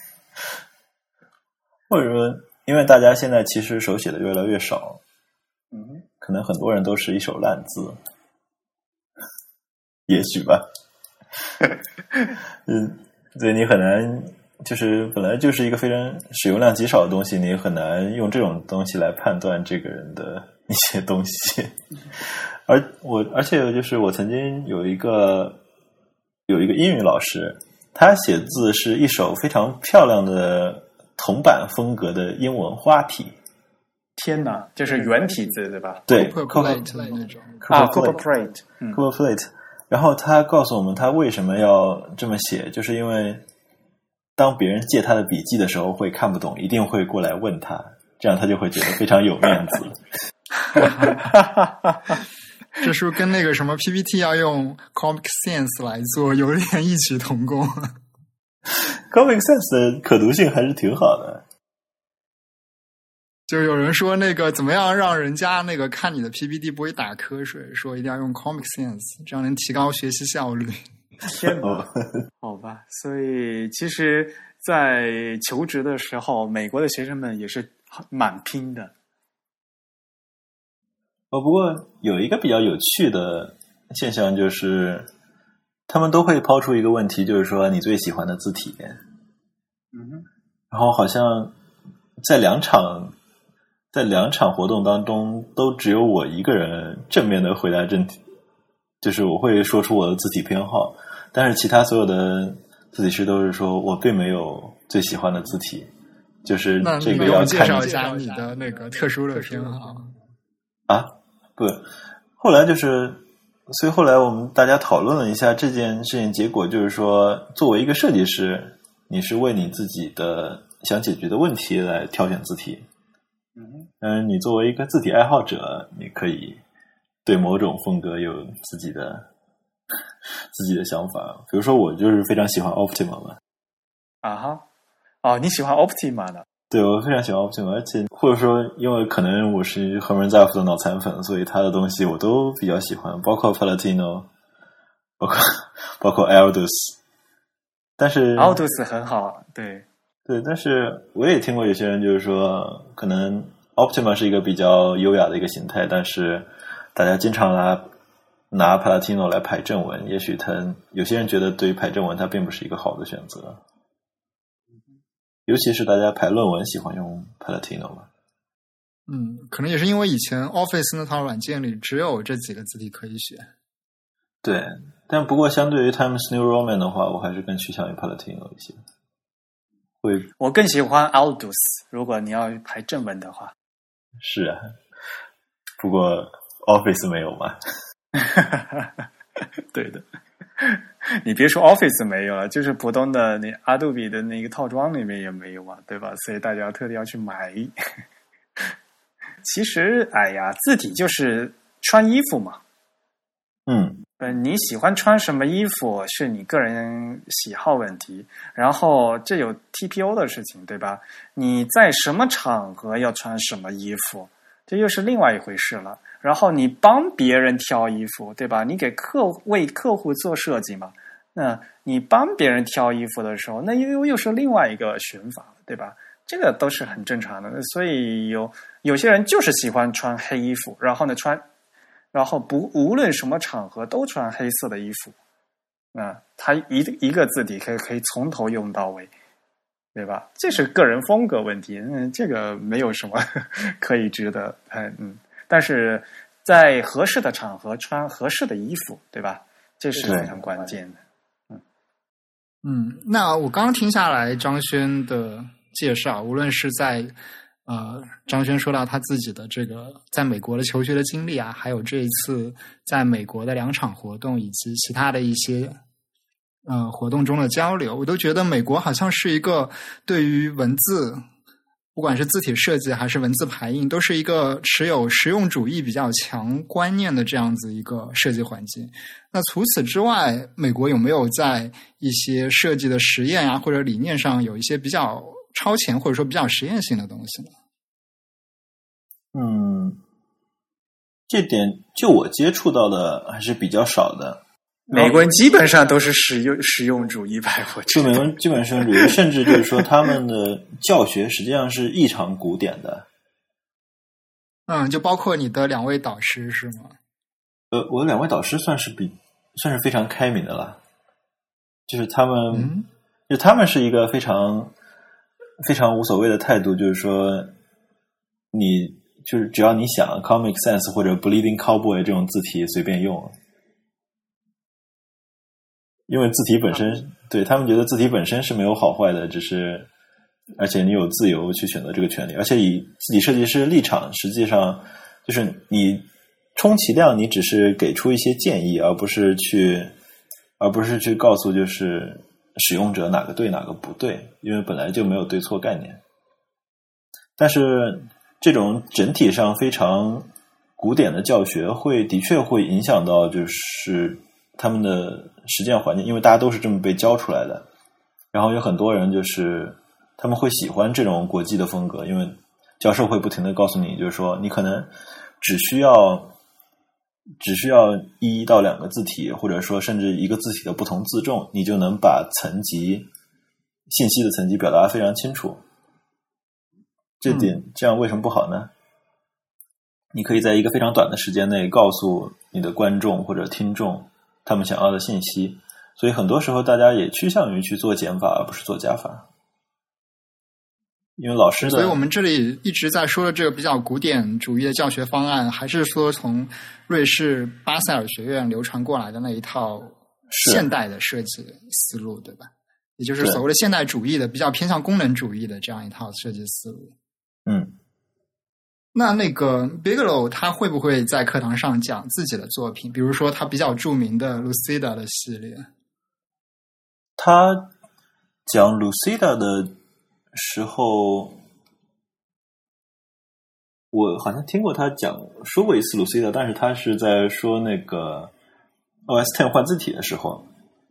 或者说因为大家现在其实手写的越来越少，可能很多人都是一手烂字，也许吧。所以你很难，就是本来就是一个非常使用量极少的东西，你很难用这种东西来判断这个人的一些东西。而且就是我曾经有一个英语老师，他写字是一手非常漂亮的铜板风格的英文花体。 天哪，就是圆体字对吧？ 对 ，Copperplate 那种。 Copperplate。然后他告诉我们他为什么要这么写，就是因为当别人借他的笔记的时候会看不懂，一定会过来问他，这样他就会觉得非常有面子。 这是不是跟那个什么 PPT 要用 Comic Sans 来做有点异曲同工 ？Comic Sans 的可读性还是挺好的。 就有人说那个怎么样让人家那个看你的 PPT 不会打瞌睡，说一定要用 Comic Sans， 这样能提高学习效率。 天哪，好吧。所以其实在求职的时候，美国的学生们也是蛮拼的。 不过有一个比较有趣的现象，就是他们都会抛出一个问题，就是说你最喜欢的字体。然后好像在两场活动当中，都只有我一个人正面的回答正题，就是我会说出我的字体偏好，但是其他所有的字体师都是说我并没有最喜欢的字体，就是这个要看。 介绍一下你的那个特殊的偏好啊？不，后来就是，所以后来我们大家讨论了一下这件事情，结果就是说，作为一个设计师，你是为你自己的想解决的问题来挑选字体。你作为一个字体爱好者，你可以对某种风格有自己的想法。比如说，我就是非常喜欢 Optima 嘛。 啊哈，哦，你喜欢 Optima 的？ 对，我非常喜欢 Optima， 而且或者说，因为可能我是赫门扎夫的脑残粉，所以他的东西我都比较喜欢，包括 Palatino， 包括 Aldus。但是 Aldus 很好，对， 但是我也听过有些人就是说，可能 Optima 是一个比较优雅的一个形态，但是大家经常拿 Palatino 来排正文，也许有些人觉得对于排正文它并不是一个好的选择，尤其是大家排论文喜欢用 Palatino 嘛。 可能也是因为以前 Office 那套软件里只有这几个字体可以选。 对，但不过相对于 Times New Roman 的话，我还是更趋向于 Palatino 一些。 我更喜欢 Aldus， 如果你要排正文的话。 是啊，不过 Office 没有嘛。 对的，你别说 Office 没有了，就是普通的你 Adobe 的那个套装里面也没有嘛，对吧？所以大家特地要去买。其实，哎呀，字体就是穿衣服嘛。你喜欢穿什么衣服是你个人喜好问题，然后这有 TPO 的事情，对吧？你在什么场合要穿什么衣服，这又是另外一回事了。然后你帮别人挑衣服，对吧？你为客户做设计嘛，那你帮别人挑衣服的时候，那又是另外一个选法，对吧？这个都是很正常的。所以有些人就是喜欢穿黑衣服，然后无论什么场合都穿黑色的衣服，他一个字体可以从头用到尾，对吧？这是个人风格问题，这个没有什么可以值得但是在合适的场合穿合适的衣服，对吧？这是非常关键的。 那我刚听下来张轩的介绍，无论是在张轩说到他自己的这个在美国的求学的经历啊，还有这一次在美国的2场活动，以及其他的一些活动中的交流，我都觉得美国好像是一个对于文字不管是字体设计还是文字排印，都是一个持有实用主义比较强观念的这样子一个设计环境。那除此之外，美国有没有在一些设计的实验啊或者理念上有一些比较超前或者说比较实验性的东西呢？ 这点就我接触到的还是比较少的。 美国人基本上都是实用主义派，我觉得美国人基本实用主义，甚至就是说他们的教学实际上是异常古典的。 就包括你的2位导师是吗？ 我的2位导师算是非常开明的了，就是他们，就他们是一个非常非常无所谓的态度，就是说你就是只要你想 Comic Sans 或者 Bleeding Cowboy 这种字体随便用。因为字体本身，对他们觉得字体本身是没有好坏的，而且你有自由去选择这个权利，而且以字体设计师立场，实际上就是你充其量你只是给出一些建议，而不是去告诉就是使用者哪个对哪个不对，因为本来就没有对错概念。但是这种整体上非常古典的教学的确会影响到就是他们的实践环境，因为大家都是这么被教出来的，然后有很多人就是他们会喜欢这种国际的风格，因为教授会不停的告诉你，就是说你可能只需要1到2个字体，或者说甚至一个字体的不同字重，你就能把信息的层级表达非常清楚。这样为什么不好呢？你可以在一个非常短的时间内告诉你的观众或者听众他们想要的信息，所以很多时候大家也趋向于去做减法而不是做加法。因为老师的， 所以我们这里一直在说的这个比较古典主义的教学方案，还是说从瑞士巴塞尔学院流传过来的那一套现代的设计思路，对吧？也就是所谓的现代主义的比较偏向功能主义的这样一套设计思路。那个 Bigelow 他会不会在课堂上讲自己的作品，比如说他比较著名的 Lucida 的系列？ 他讲 Lucida 的时候，我好像听过他说过一次 Lucida， 但是他是在说那个 OS X 换字体的时候。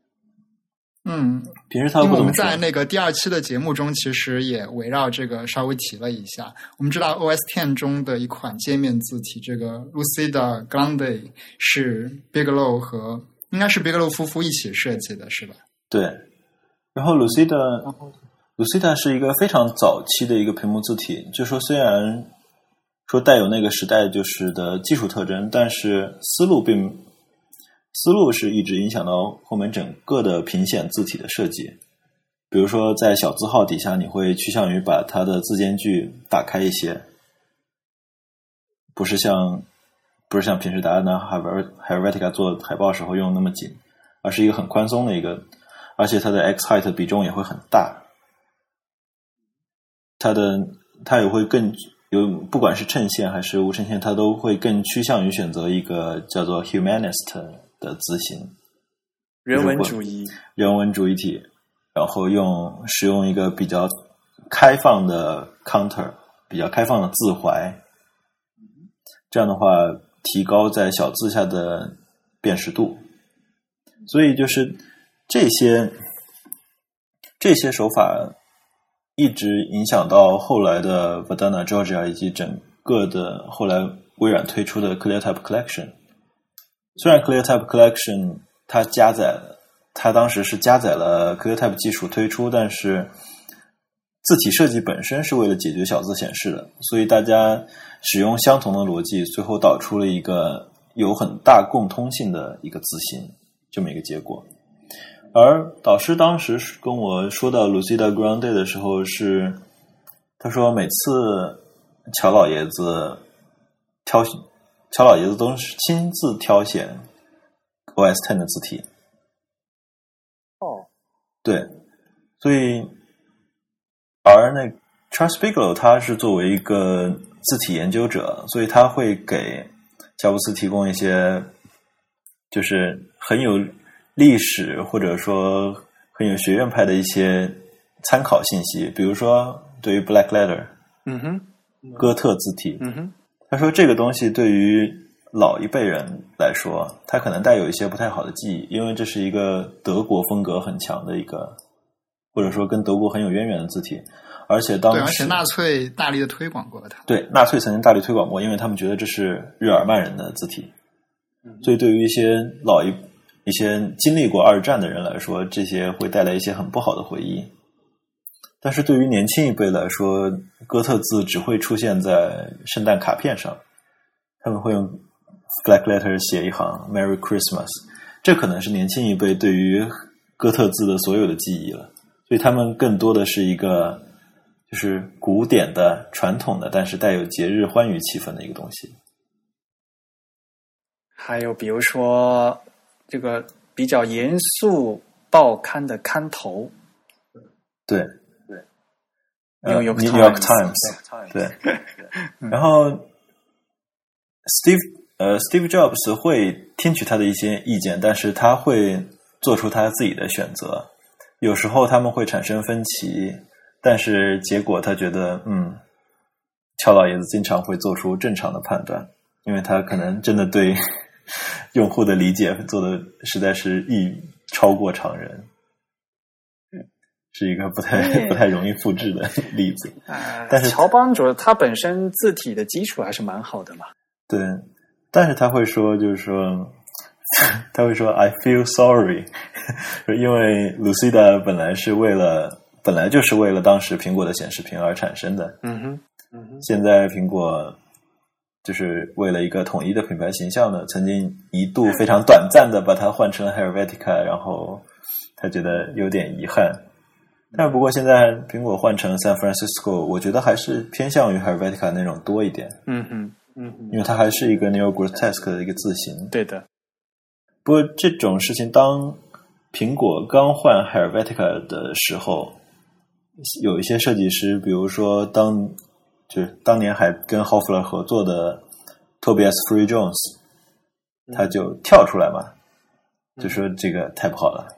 平时他因为我们在那个第2期的节目中其实也围绕这个稍微提了一下。我们知道 OS X 中的一款界面字体，这个 Lucida Grande 是 Bigelow 应该是 Bigelow 夫妇一起设计的，是吧？ 对。然后 Lucida 是一个非常早期的一个屏幕字体，就说虽然说带有那个时代就是的技术特征，但是思路是一直影响到后面整个的屏显字体的设计。比如说在小字号底下，你会趋向于把它的字间距打开一些，不是像平时大家拿 Helvetica 做海报时候用那么紧，而是一个很宽松的一个，而且它的 X height 比重也会很大，它也会更不管是衬线还是无衬线，它都会更趋向于选择一个叫做 humanist 的字形， 人文主义体，然后使用一个比较开放的 counter， 比较开放的字怀，这样的话提高在小字下的辨识度。所以就是这些手法一直影响到后来的 Verdana Georgia 以及整个的后来微软推出的 ClearType Collection。虽然 ClearType Collection 它当时是加载了 ClearType 技术推出，但是字体设计本身是为了解决小字显示的，所以大家使用相同的逻辑，最后导出了一个有很大共通性的一个字形，这么一个结果。而导师当时跟我说到 Lucida Grande 的时候，他说每次乔老爷子都是亲自挑选 OS X 的字体。对，所以而那 Charles Bigelow 他是作为一个字体研究者，所以他会给乔布斯提供一些就是很有历史或者说很有学院派的一些参考信息，比如说对于 Black Letter 哥特字体。他说这个东西对于老一辈人来说，他可能带有一些不太好的记忆，因为这是一个德国风格很强的一个，或者说跟德国很有渊源的字体。而且当时， 对，而且纳粹大力的推广过它。 对，纳粹曾经大力推广过，因为他们觉得这是日耳曼人的字体，所以对于一些一些经历过二战的人来说，这些会带来一些很不好的回忆。但是对于年轻一辈来说，哥特字只会出现在圣诞卡片上，他们会用 black letter 写一行 Merry Christmas， 这可能是年轻一辈对于哥特字的所有的记忆了。所以他们更多的是一个就是古典的传统的但是带有节日欢愉气氛的一个东西。 还有比如说这个比较严肃报刊的刊头， 对 New York Times， 对然后Steve Jobs 会听取他的一些意见，但是他会做出他自己的选择，有时候他们会产生分歧，但是结果他觉得乔老爷子经常会做出正常的判断，因为他可能真的对用户的理解做的实在是超过常人，是一个不太容易复制的例子。但是乔帮主他本身字体的基础还是蛮好的嘛。 对，但是他会说他会说 I feel sorry 因为 Lucida 本来就是为了当时苹果的显示屏而产生的。现在苹果就是为了一个统一的品牌形象呢，曾经一度非常短暂的把它换成 Helvetica， 然后他觉得有点遗憾。但是不过现在苹果换成 San Francisco， 我觉得还是偏向于 Helvetica 那种多一点。因为它还是一个 Neo-Grotesque 的一个字形。 对的。 不过这种事情，当苹果刚换 Helvetica 的时候，有一些设计师，比如说当年还跟 Hoffler 合作的 Tobias Free Jones， 他就跳出来嘛，就说这个太不好了。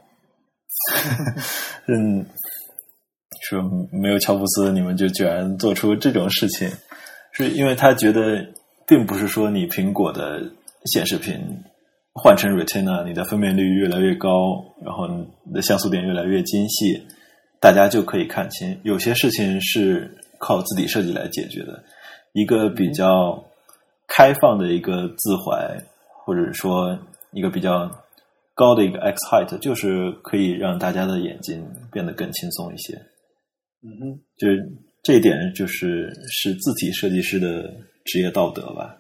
说没有乔布斯，你们就居然做出这种事情，是因为他觉得并不是说你苹果的显示屏换成 Retina， 你的分辨率越来越高，然后你的像素点越来越精细，大家就可以看清。有些事情是靠字体设计来解决的。一个比较开放的一个字怀，或者说一个比较高的一个 X height， 就是可以让大家的眼睛变得更轻松一些。就是这一点是字体设计师的职业道德吧。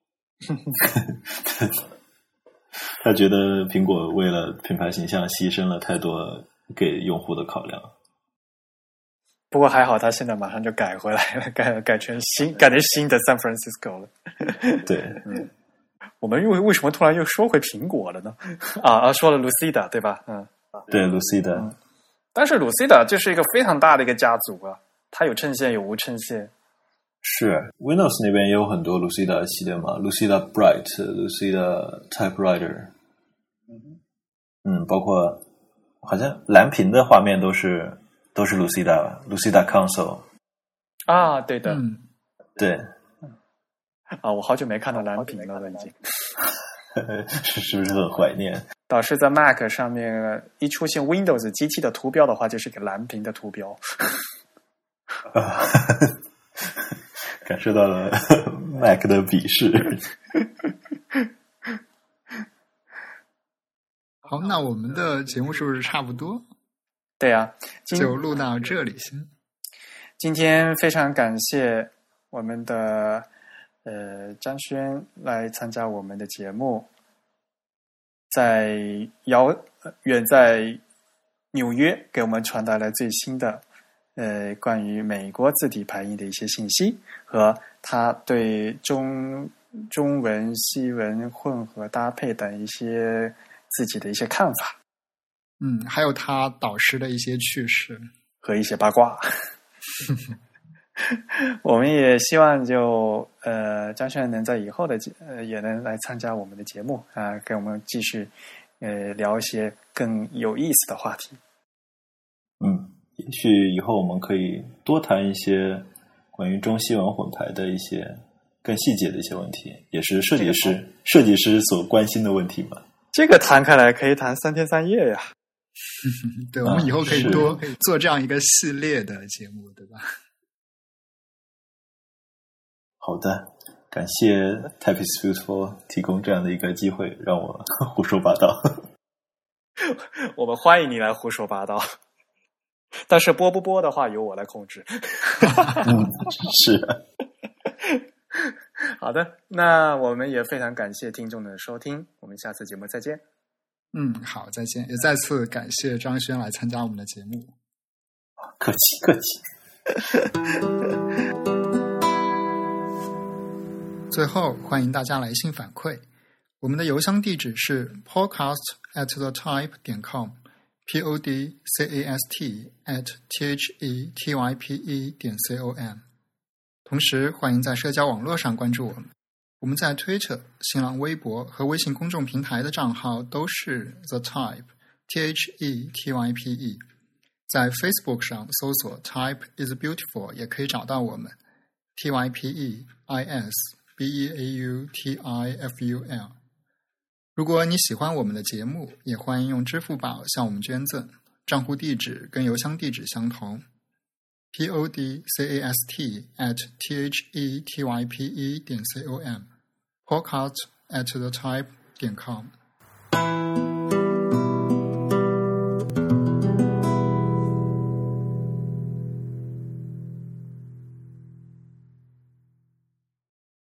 他觉得苹果为了品牌形象牺牲了太多给用户的考量。 不过还好他现在马上就改回来了，改成新的 San Francisco 了。 对。 我们为什么突然又说回苹果了呢？说了 Lucida 对吧？ 对 Lucida。 但是 Lucida 就是一个非常大的一个家族啊，它有衬线有无衬线。 是 Windows 那边也有很多 Lucida 系列嘛 ，Lucida Bright、Lucida Typewriter， 包括好像蓝屏的画面都是 Lucida Console。 对的， 对。 我好久没看到蓝屏了已经。 是不是很怀念？ 导师在 Mac 上面一出现 Windows 机器的图标的话，就是个蓝屏的图标。 感受到了 Mac 的鄙视。 好，那我们的节目是不是差不多？ 对啊， 就录到这里先。 今天非常感谢我们的张轩来参加我们的节目，远在纽约给我们传达了最新的关于美国字体排印的一些信息，和他对中文西文混合搭配等一些自己的一些看法。 还有他导师的一些趣事和一些八卦。我们也希望张轩能在以后的也能来参加我们的节目跟我们继续聊一些更有意思的话题。 也许以后我们可以多谈一些关于中西文混排的一些更细节的一些问题，也是设计师所关心的问题吧。 这个谈开来可以谈3天3夜呀。 对，我们以后可以多做这样一个系列的节目，对吧？ 好的，感谢 Type is Beautiful 提供这样的一个机会，让我胡说八道。 我们欢迎你来胡说八道，但是播不播的话由我来控制。 是。 好的，那我们也非常感谢听众的收听，我们下次节目再见。 好，再见。也再次感谢张轩来参加我们的节目。 客气客气。 最后，欢迎大家来信反馈，我们的邮箱地址是 podcast@thetype.com podcast@thetype.com。同时，欢迎在社交网络上关注我们。我们在 Twitter、新浪微博和微信公众平台的账号都是 The Type THETYPE。在 Facebook 上搜索 Type is Beautiful 也可以找到我们 TYPEISBEAUTIFUL。如果你喜欢我们的节目，也欢迎用支付宝向我们捐赠，账户地址跟邮箱地址相同。podcast@thetype.com podcast@thetype.com